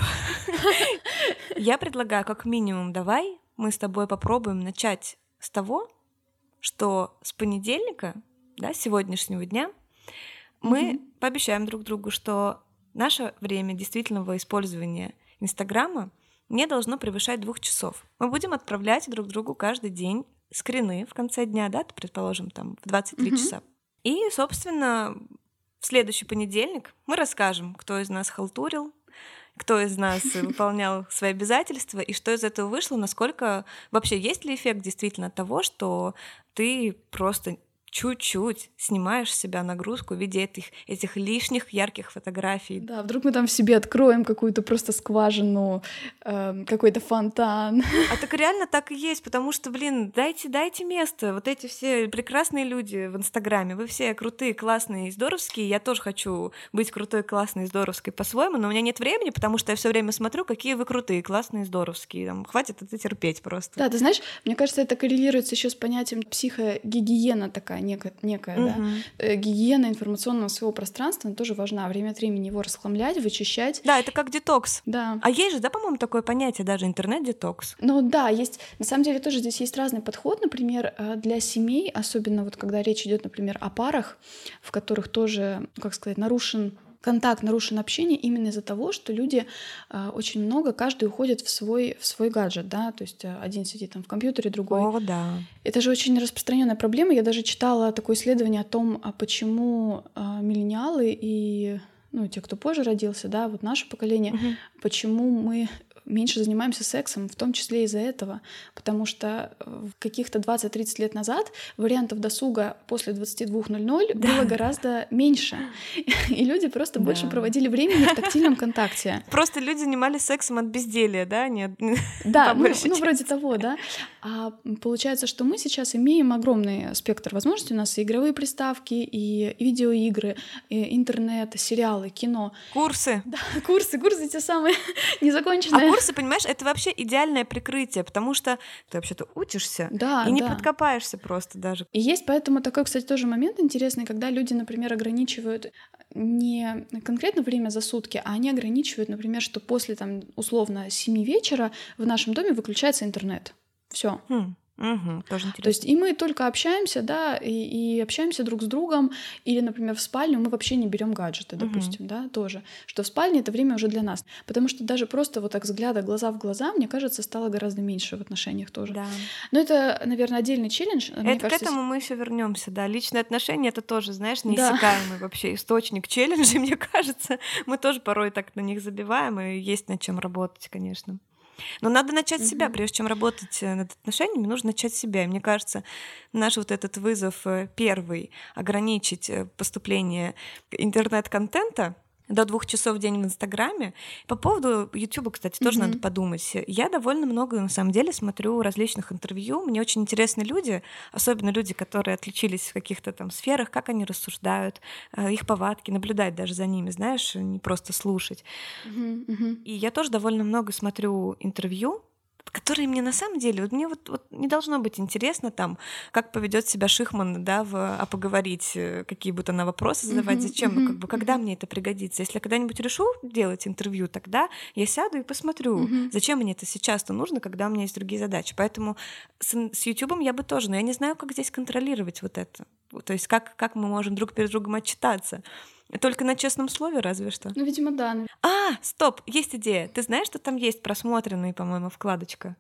Я предлагаю как минимум давай мы с тобой попробуем начать с того, что с понедельника, да, с сегодняшнего дня, мы mm-hmm. пообещаем друг другу, что наше время действительного использования Инстаграма не должно превышать двух часов. Мы будем отправлять друг другу каждый день скрины в конце дня, да, предположим, там в двадцать три mm-hmm. часа. И, собственно, в следующий понедельник мы расскажем, кто из нас халтурил, кто из нас выполнял свои обязательства, и что из этого вышло, насколько вообще есть ли эффект действительно того, что ты просто чуть-чуть снимаешь с себя нагрузку в виде этих, этих лишних ярких фотографий. Да, вдруг мы там в себе откроем какую-то просто скважину, э, какой-то фонтан. А так реально так и есть, потому что, блин, дайте, дайте место. Вот эти все прекрасные люди в Инстаграме, вы все крутые, классные и здоровские. Я тоже хочу быть крутой, классной и здоровской по-своему, но у меня нет времени, потому что я все время смотрю, какие вы крутые, классные и здоровские. Там, хватит это терпеть просто. Да, ты знаешь, мне кажется, это коррелируется еще с понятием психогигиена такая, некая, некая uh-huh. да. Гигиена информационного своего пространства, она тоже важна. Время от времени его расхламлять, вычищать. Да, это как детокс. Да. А есть же, да, по-моему, такое понятие, даже интернет-детокс. Ну да, есть. На самом деле тоже здесь есть разный подход. Например, для семей, особенно вот когда речь идет, например, о парах, в которых тоже, как сказать, нарушен контакт, нарушено общение именно из-за того, что люди э, очень много, каждый уходит в свой, в свой гаджет, да, то есть э, один сидит там в компьютере, другой. О, да. Это же очень распространенная проблема. Я даже читала такое исследование о том, а почему э, миллениалы и ну, те, кто позже родился, да, вот наше поколение, угу. почему мы меньше занимаемся сексом, в том числе из-за этого, потому что в каких-то двадцать-тридцать лет назад вариантов досуга после двадцати двух ноль-ноль да. было гораздо меньше, и люди просто да. больше проводили времени в тактильном контакте. Просто люди занимались сексом от безделья, да? Нет. Да, ну, ну вроде того, да. А получается, что мы сейчас имеем огромный спектр возможностей. У нас и игровые приставки, и видеоигры, и интернет, сериалы, кино. Курсы. Да, курсы, курсы те самые незаконченные. А курсы, понимаешь, это вообще идеальное прикрытие, потому что ты вообще-то учишься да, и не да. подкопаешься просто даже. И есть поэтому такой, кстати, тоже момент интересный, когда люди, например, ограничивают не конкретно время за сутки, а они ограничивают, например, что после там условно семи вечера в нашем доме выключается интернет. Все. Хм. Угу, тоже интересно. То есть и мы только общаемся, да, и, и общаемся друг с другом, или, например, в спальню мы вообще не берем гаджеты, допустим, угу. да, тоже, что в спальне это время уже для нас, потому что даже просто вот так взгляда глаза в глаза, мне кажется, стало гораздо меньше в отношениях тоже. Да. Но это, наверное, отдельный челлендж. Это, мне к кажется, этому мы еще вернемся, да. Личные отношения — это тоже, знаешь, неиссякаемый да. вообще источник челленджей, мне кажется. Мы тоже порой так на них забиваем, и есть над чем работать, конечно. Но надо начать с себя, прежде чем работать над отношениями, нужно начать с себя. И мне кажется, наш вот этот вызов первый — ограничить поступление интернет-контента до двух часов в день в Инстаграме. По поводу Ютуба, кстати, тоже mm-hmm. надо подумать. Я довольно много, на самом деле, смотрю различных интервью. Мне очень интересны люди, особенно люди, которые отличились в каких-то там сферах, как они рассуждают, их повадки, наблюдать даже за ними, знаешь, не просто слушать. Mm-hmm. Mm-hmm. И я тоже довольно много смотрю интервью, которые мне на самом деле, вот мне вот, вот не должно быть интересно там, как поведет себя Шихман, да, в, а поговорить, какие будут она вопросы задавать, uh-huh, зачем, uh-huh, ну как бы, когда uh-huh. мне это пригодится. Если я когда-нибудь решу делать интервью, тогда я сяду и посмотрю, uh-huh. зачем мне это сейчас-то нужно, когда у меня есть другие задачи. Поэтому с, с Ютубом я бы тоже, но я не знаю, как здесь контролировать вот это. То есть как, как мы можем друг перед другом отчитаться. Только на честном слове разве что? Ну, видимо, да. А, стоп, есть идея. Ты знаешь, что там есть просмотренные, по-моему, вкладочка?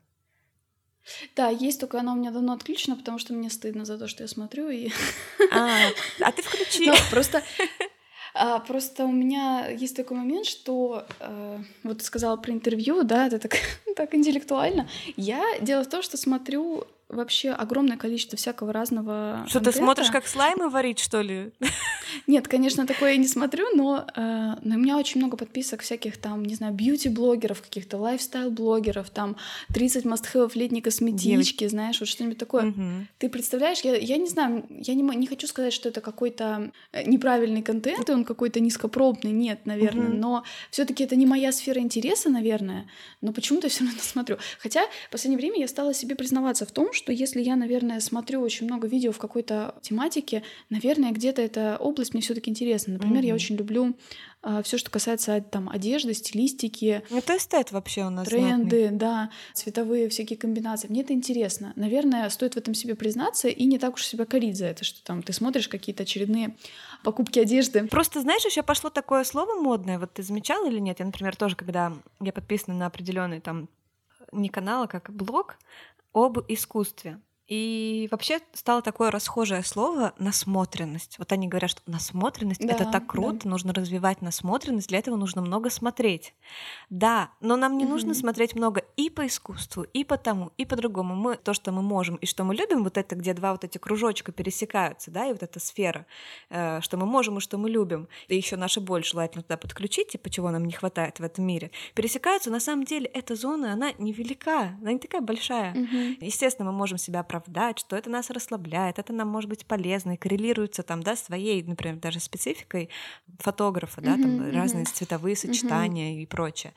Да, есть, только она у меня давно отключена, потому что мне стыдно за то, что я смотрю. И... А, а ты включи. Ну, просто... А, просто у меня есть такой момент, что э, вот ты сказала про интервью, да, это так, так интеллектуально. Я дело в том, что смотрю вообще огромное количество всякого разного Что, контента. Ты смотришь, как слаймы варить, что ли? Нет, конечно, такое я не смотрю, но, э, но у меня очень много подписок всяких там, не знаю, бьюти-блогеров, каких-то лайфстайл-блогеров, там тридцать мастхэвов летней косметички, Девочки. знаешь, вот что-нибудь такое. Угу. Ты представляешь, я, я не знаю, я не, не хочу сказать, что это какой-то неправильный контент, и он какой-то низкопробный, нет, наверное, угу. но все-таки это не моя сфера интереса, наверное, но почему-то все равно смотрю. Хотя в последнее время я стала себе признаваться в том, что если я, наверное, смотрю очень много видео в какой-то тематике, наверное, где-то эта область мне все-таки интересна. Например, mm-hmm. я очень люблю э, все, что касается там одежды, стилистики. Это эстет вообще у нас. Тренды, знатный. да, цветовые всякие комбинации. Мне это интересно. Наверное, стоит в этом себе признаться и не так уж себя корить за это, что там ты смотришь какие-то очередные покупки одежды. Просто, знаешь, еще пошло такое слово модное. Вот ты замечала или нет? Я, например, тоже, когда я подписана на определенный там не канал, а как блог об искусстве. И вообще стало такое расхожее слово «насмотренность». Вот они говорят, что насмотренность да, — это так круто, да. нужно развивать насмотренность, для этого нужно много смотреть. Да, но нам не угу. нужно смотреть много и по искусству, и по тому, и по другому. Мы, то, что мы можем и что мы любим, вот это, где два вот эти кружочка пересекаются, да, и вот эта сфера, э, что мы можем и что мы любим, и еще наша боль желательно туда подключить, типа чего нам не хватает в этом мире, пересекаются. На самом деле эта зона, она невелика, она не такая большая. Угу. Естественно, мы можем себя оправдать, что это нас расслабляет, это нам может быть полезно и коррелируется там, да, своей, например, даже спецификой фотографа, да, uh-huh, там uh-huh. разные цветовые сочетания uh-huh. и прочее.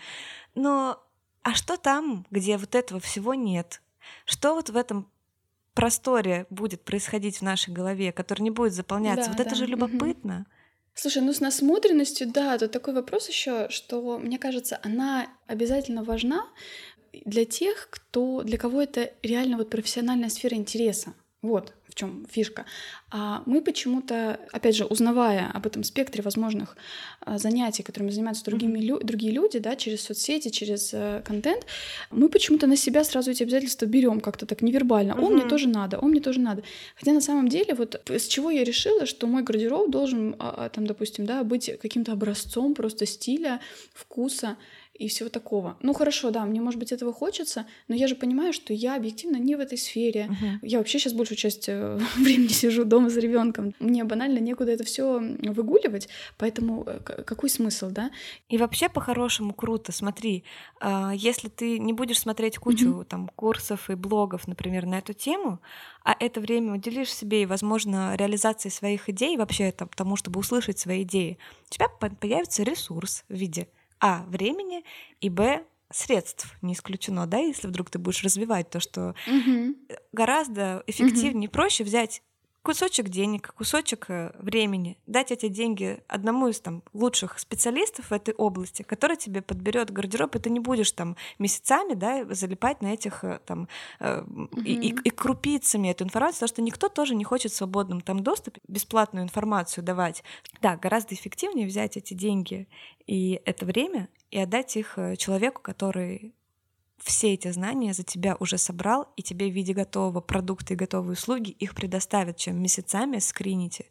Но а что там, где вот этого всего нет? Что вот в этом просторе будет происходить в нашей голове, который не будет заполняться? Да, вот да. это же любопытно. Uh-huh. Слушай, ну с насмотренностью, да, тут такой вопрос еще, что, мне кажется, она обязательно важна для тех, кто, для кого это реально вот профессиональная сфера интереса. Вот в чем фишка. А мы почему-то, опять же, узнавая об этом спектре возможных а, занятий, которыми занимаются другими mm-hmm. лю- другие люди, да, через соцсети, через э, контент, мы почему-то на себя сразу эти обязательства берем как-то так невербально. Mm-hmm. О, мне тоже надо, о, мне тоже надо. Хотя на самом деле, вот с чего я решила, что мой гардероб должен, а, там, допустим, да, быть каким-то образцом просто стиля, вкуса и всего такого. Ну хорошо, да, мне, может быть, этого хочется, но я же понимаю, что я объективно не в этой сфере. Uh-huh. Я вообще сейчас большую часть времени сижу дома за ребенком. Мне банально некуда это все выгуливать, поэтому какой смысл, да? И вообще по-хорошему круто. Смотри, если ты не будешь смотреть кучу uh-huh. там курсов и блогов, например, на эту тему, а это время уделишь себе и, возможно, реализации своих идей, вообще там, тому, чтобы услышать свои идеи, у тебя появится ресурс в виде А, времени, и Б, средств, не исключено, да, если вдруг ты будешь развивать то, что угу. гораздо эффективнее, угу. проще взять кусочек денег, кусочек времени, дать эти деньги одному из там лучших специалистов в этой области, который тебе подберет гардероб, и ты не будешь там месяцами, да, залипать на этих там mm-hmm. и, и, и крупицами эту информацию, потому что никто тоже не хочет в свободном там доступе бесплатную информацию давать. Да, гораздо эффективнее взять эти деньги и это время и отдать их человеку, который все эти знания за тебя уже собрал, и тебе в виде готового продукта и готовой услуги их предоставят, чем месяцами скринить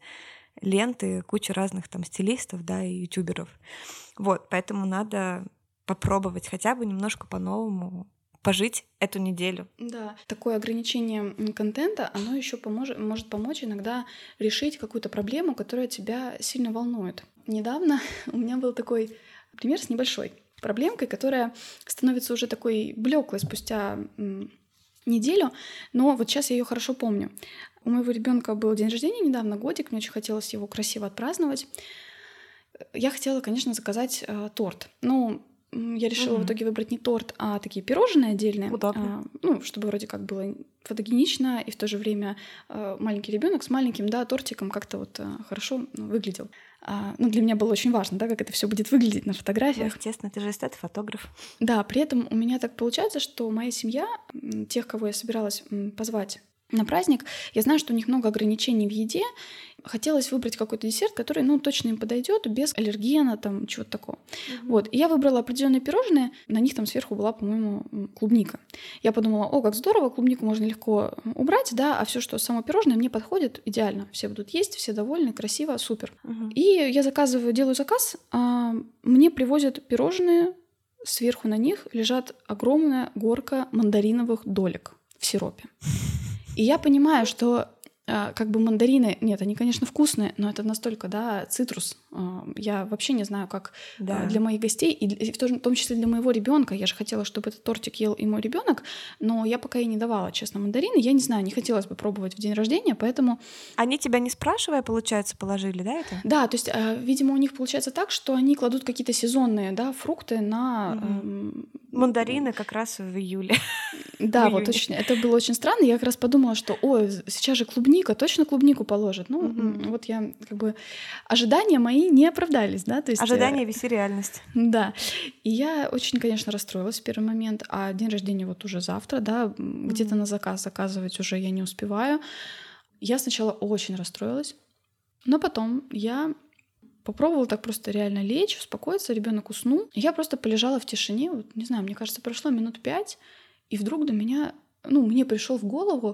ленты, куча разных там стилистов, да, и ютуберов. Вот, поэтому надо попробовать хотя бы немножко по-новому пожить эту неделю. Да, такое ограничение контента, оно еще поможет, может помочь иногда решить какую-то проблему, которая тебя сильно волнует. Недавно у меня был такой пример с небольшой проблемкой, которая становится уже такой блеклой спустя м, неделю, но вот сейчас я ее хорошо помню. У моего ребенка был день рождения недавно, годик, мне очень хотелось его красиво отпраздновать. Я хотела, конечно, заказать э, торт. Ну, я решила угу. в итоге выбрать не торт, а такие пирожные отдельные, а, ну, чтобы вроде как было фотогенично, и в то же время э, маленький ребенок с маленьким, да, тортиком как-то вот э, хорошо ну, выглядел. А, ну, для меня было очень важно, да, как это все будет выглядеть на фотографиях. Ну, естественно, ты же эстет, фотограф. Да, при этом у меня так получается, что моя семья, тех, кого я собиралась позвать на праздник, я знаю, что у них много ограничений в еде. Хотелось выбрать какой-то десерт, который, ну, точно им подойдет, без аллергена, там, чего-то такого. Mm-hmm. Вот. И я выбрала определенные пирожные, на них там сверху была, по-моему, клубника. Я подумала, о, как здорово, клубнику можно легко убрать, да, а все, что само пирожное, мне подходит идеально. Все будут есть, все довольны, красиво, супер. Mm-hmm. И я заказываю, делаю заказ, а мне привозят пирожные, сверху на них лежат огромная горка мандариновых долек в сиропе. И я понимаю, что э, как бы мандарины, нет, они, конечно, вкусные, но это настолько, да, цитрус. Э, я вообще не знаю, как да. э, для моих гостей, и, и в, том, в том числе для моего ребенка. Я же хотела, чтобы этот тортик ел и мой ребенок, но я пока и не давала, честно, мандарины. Я не знаю, не хотелось бы пробовать в день рождения, поэтому... Они тебя не спрашивая, получается, положили, да, это? Да, то есть, э, видимо, у них получается так, что они кладут какие-то сезонные, да, фрукты на... Угу. Э, Мандарины как раз в июле. Да, вот очень, это было очень странно. Я как раз подумала, что, ой, сейчас же клубника, точно клубнику положат. Ну, mm-hmm. вот я как бы... Ожидания мои не оправдались, да? То есть, ожидания веси реальность. Да. И я очень, конечно, расстроилась в первый момент. А день рождения вот уже завтра, да, mm-hmm. где-то на заказ заказывать уже я не успеваю. Я сначала очень расстроилась, но потом я... попробовала так просто реально лечь, успокоиться, ребенок уснул. Я просто полежала в тишине, вот, не знаю, мне кажется, прошло минут пять, и вдруг до меня, ну, мне пришел в голову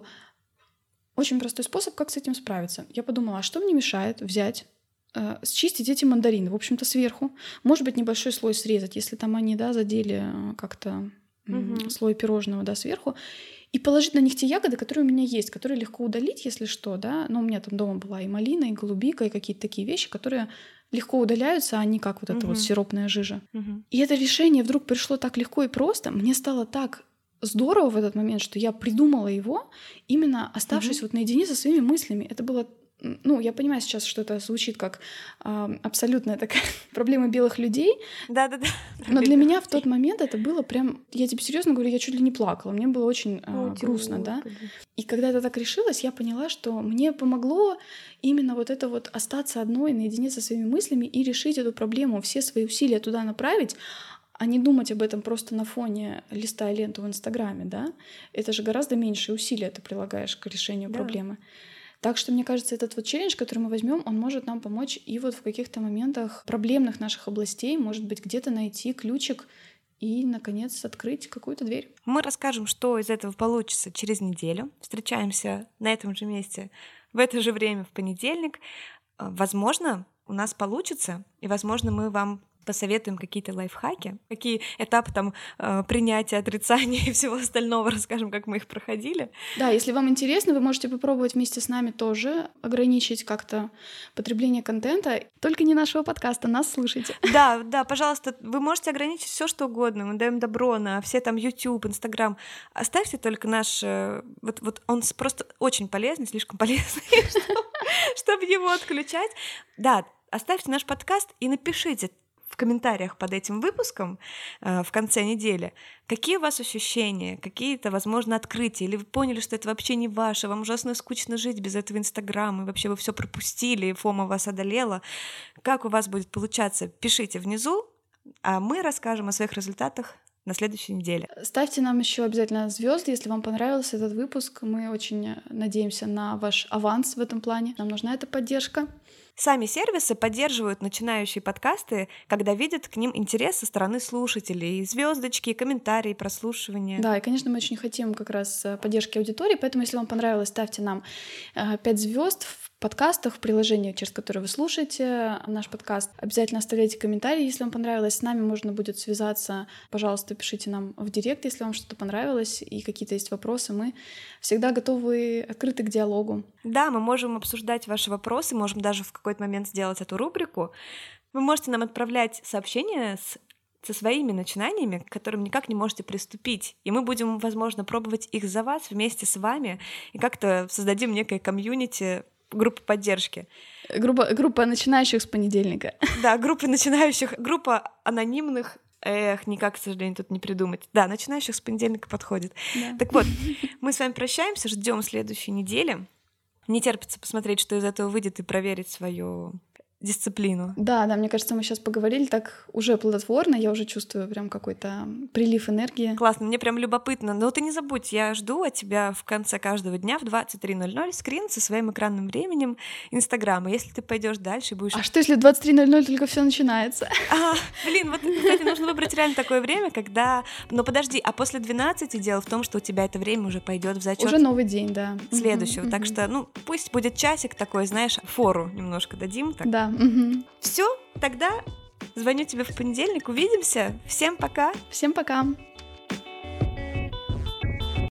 очень простой способ, как с этим справиться. Я подумала, а что мне мешает взять, э, счистить эти мандарины, в общем-то, сверху, может быть, небольшой слой срезать, если там они, да, задели как-то mm-hmm. слой пирожного, да, сверху, и положить на них те ягоды, которые у меня есть, которые легко удалить, если что, да. Но у меня там дома была и малина, и голубика, и какие-то такие вещи, которые легко удаляются, а не как вот эта uh-huh. вот сиропная жижа. Uh-huh. И это решение вдруг пришло так легко и просто. Мне стало так здорово в этот момент, что я придумала его, именно оставшись uh-huh. вот наедине со своими мыслями. Это было... Ну, я понимаю сейчас, что это звучит как э, абсолютная такая проблема белых людей. Да-да-да. Но для меня в тот момент это было прям... Я тебе серьезно говорю, я чуть ли не плакала. Мне было очень э, О, грустно, да. И когда это так решилось, я поняла, что мне помогло именно вот это вот остаться одной наедине со своими мыслями и решить эту проблему, все свои усилия туда направить. а не думать об этом просто на фоне листая ленту в Инстаграме, да? Это же гораздо меньше усилия ты прилагаешь к решению Да. проблемы. Так что, мне кажется, этот вот челлендж, который мы возьмем, он может нам помочь и вот в каких-то моментах проблемных наших областей, может быть, где-то найти ключик и, наконец, открыть какую-то дверь. Мы расскажем, что из этого получится через неделю. Встречаемся на этом же месте в это же время в понедельник. Возможно, у нас получится, и, возможно, мы вам посоветуем какие-то лайфхаки, какие этапы там э, принятия, отрицания и всего остального, расскажем, как мы их проходили. Да, если вам интересно, вы можете попробовать вместе с нами тоже ограничить как-то потребление контента, только не нашего подкаста, нас слушайте. Да, да, пожалуйста, вы можете ограничить все, что угодно. Мы даем добро на все там YouTube, Instagram. Оставьте только наш... э, Вот, вот он с- просто очень полезный, слишком полезный, чтобы его отключать. Да, оставьте наш подкаст и напишите в комментариях под этим выпуском э, в конце недели, какие у вас ощущения, какие-то, возможно, открытия, или вы поняли, что это вообще не ваше, вам ужасно скучно жить без этого Инстаграма, и вообще вы все пропустили, и фома вас одолела. Как у вас будет получаться, пишите внизу, а мы расскажем о своих результатах на следующей неделе. Ставьте нам еще обязательно звезды, если вам понравился этот выпуск. Мы очень надеемся на ваш аванс в этом плане. Нам нужна эта поддержка. Сами сервисы поддерживают начинающие подкасты, когда видят к ним интерес со стороны слушателей, звездочки, комментарии, прослушивания. Да, и, конечно, мы очень хотим как раз поддержки аудитории, поэтому, если вам понравилось, ставьте нам пять звезд в подкастах, в приложении, через которое вы слушаете наш подкаст. Обязательно оставляйте комментарии, если вам понравилось. С нами можно будет связаться. Пожалуйста, пишите нам в директ, если вам что-то понравилось и какие-то есть вопросы. Мы всегда готовы, открыты к диалогу. Да, мы можем обсуждать ваши вопросы, можем даже в какой-то момент сделать эту рубрику. Вы можете нам отправлять сообщения с со своими начинаниями, к которым никак не можете приступить. И мы будем, возможно, пробовать их за вас вместе с вами и как-то создадим некое комьюнити, группу поддержки. Группа, группа начинающих с понедельника. Да, группа начинающих, группа анонимных. Эх, никак, к сожалению, тут не придумать. Да, начинающих с понедельника подходит. Да. Так вот, мы с вами прощаемся, ждем следующей недели. Не терпится посмотреть, что из этого выйдет, и проверить свою дисциплину. Да, да, мне кажется, мы сейчас поговорили так уже плодотворно, я уже чувствую прям какой-то прилив энергии. Классно, мне прям любопытно. Но ты не забудь, я жду от тебя в конце каждого дня в двадцать три ноль ноль скрин со своим экранным временем Инстаграма. Если ты пойдешь дальше и будешь... А что, если в двадцать три ноль ноль только все начинается? А, блин, вот, кстати, нужно выбрать реально такое время, когда... Но подожди, а после двенадцати дело в том, что у тебя это время уже пойдет в зачет Уже новый день, да. следующего. Мгм, Так мгм. что, ну, пусть будет часик такой, знаешь, фору немножко дадим. Так. Да. Мгм. Все, тогда звоню тебе в понедельник, увидимся. Всем пока! Всем пока.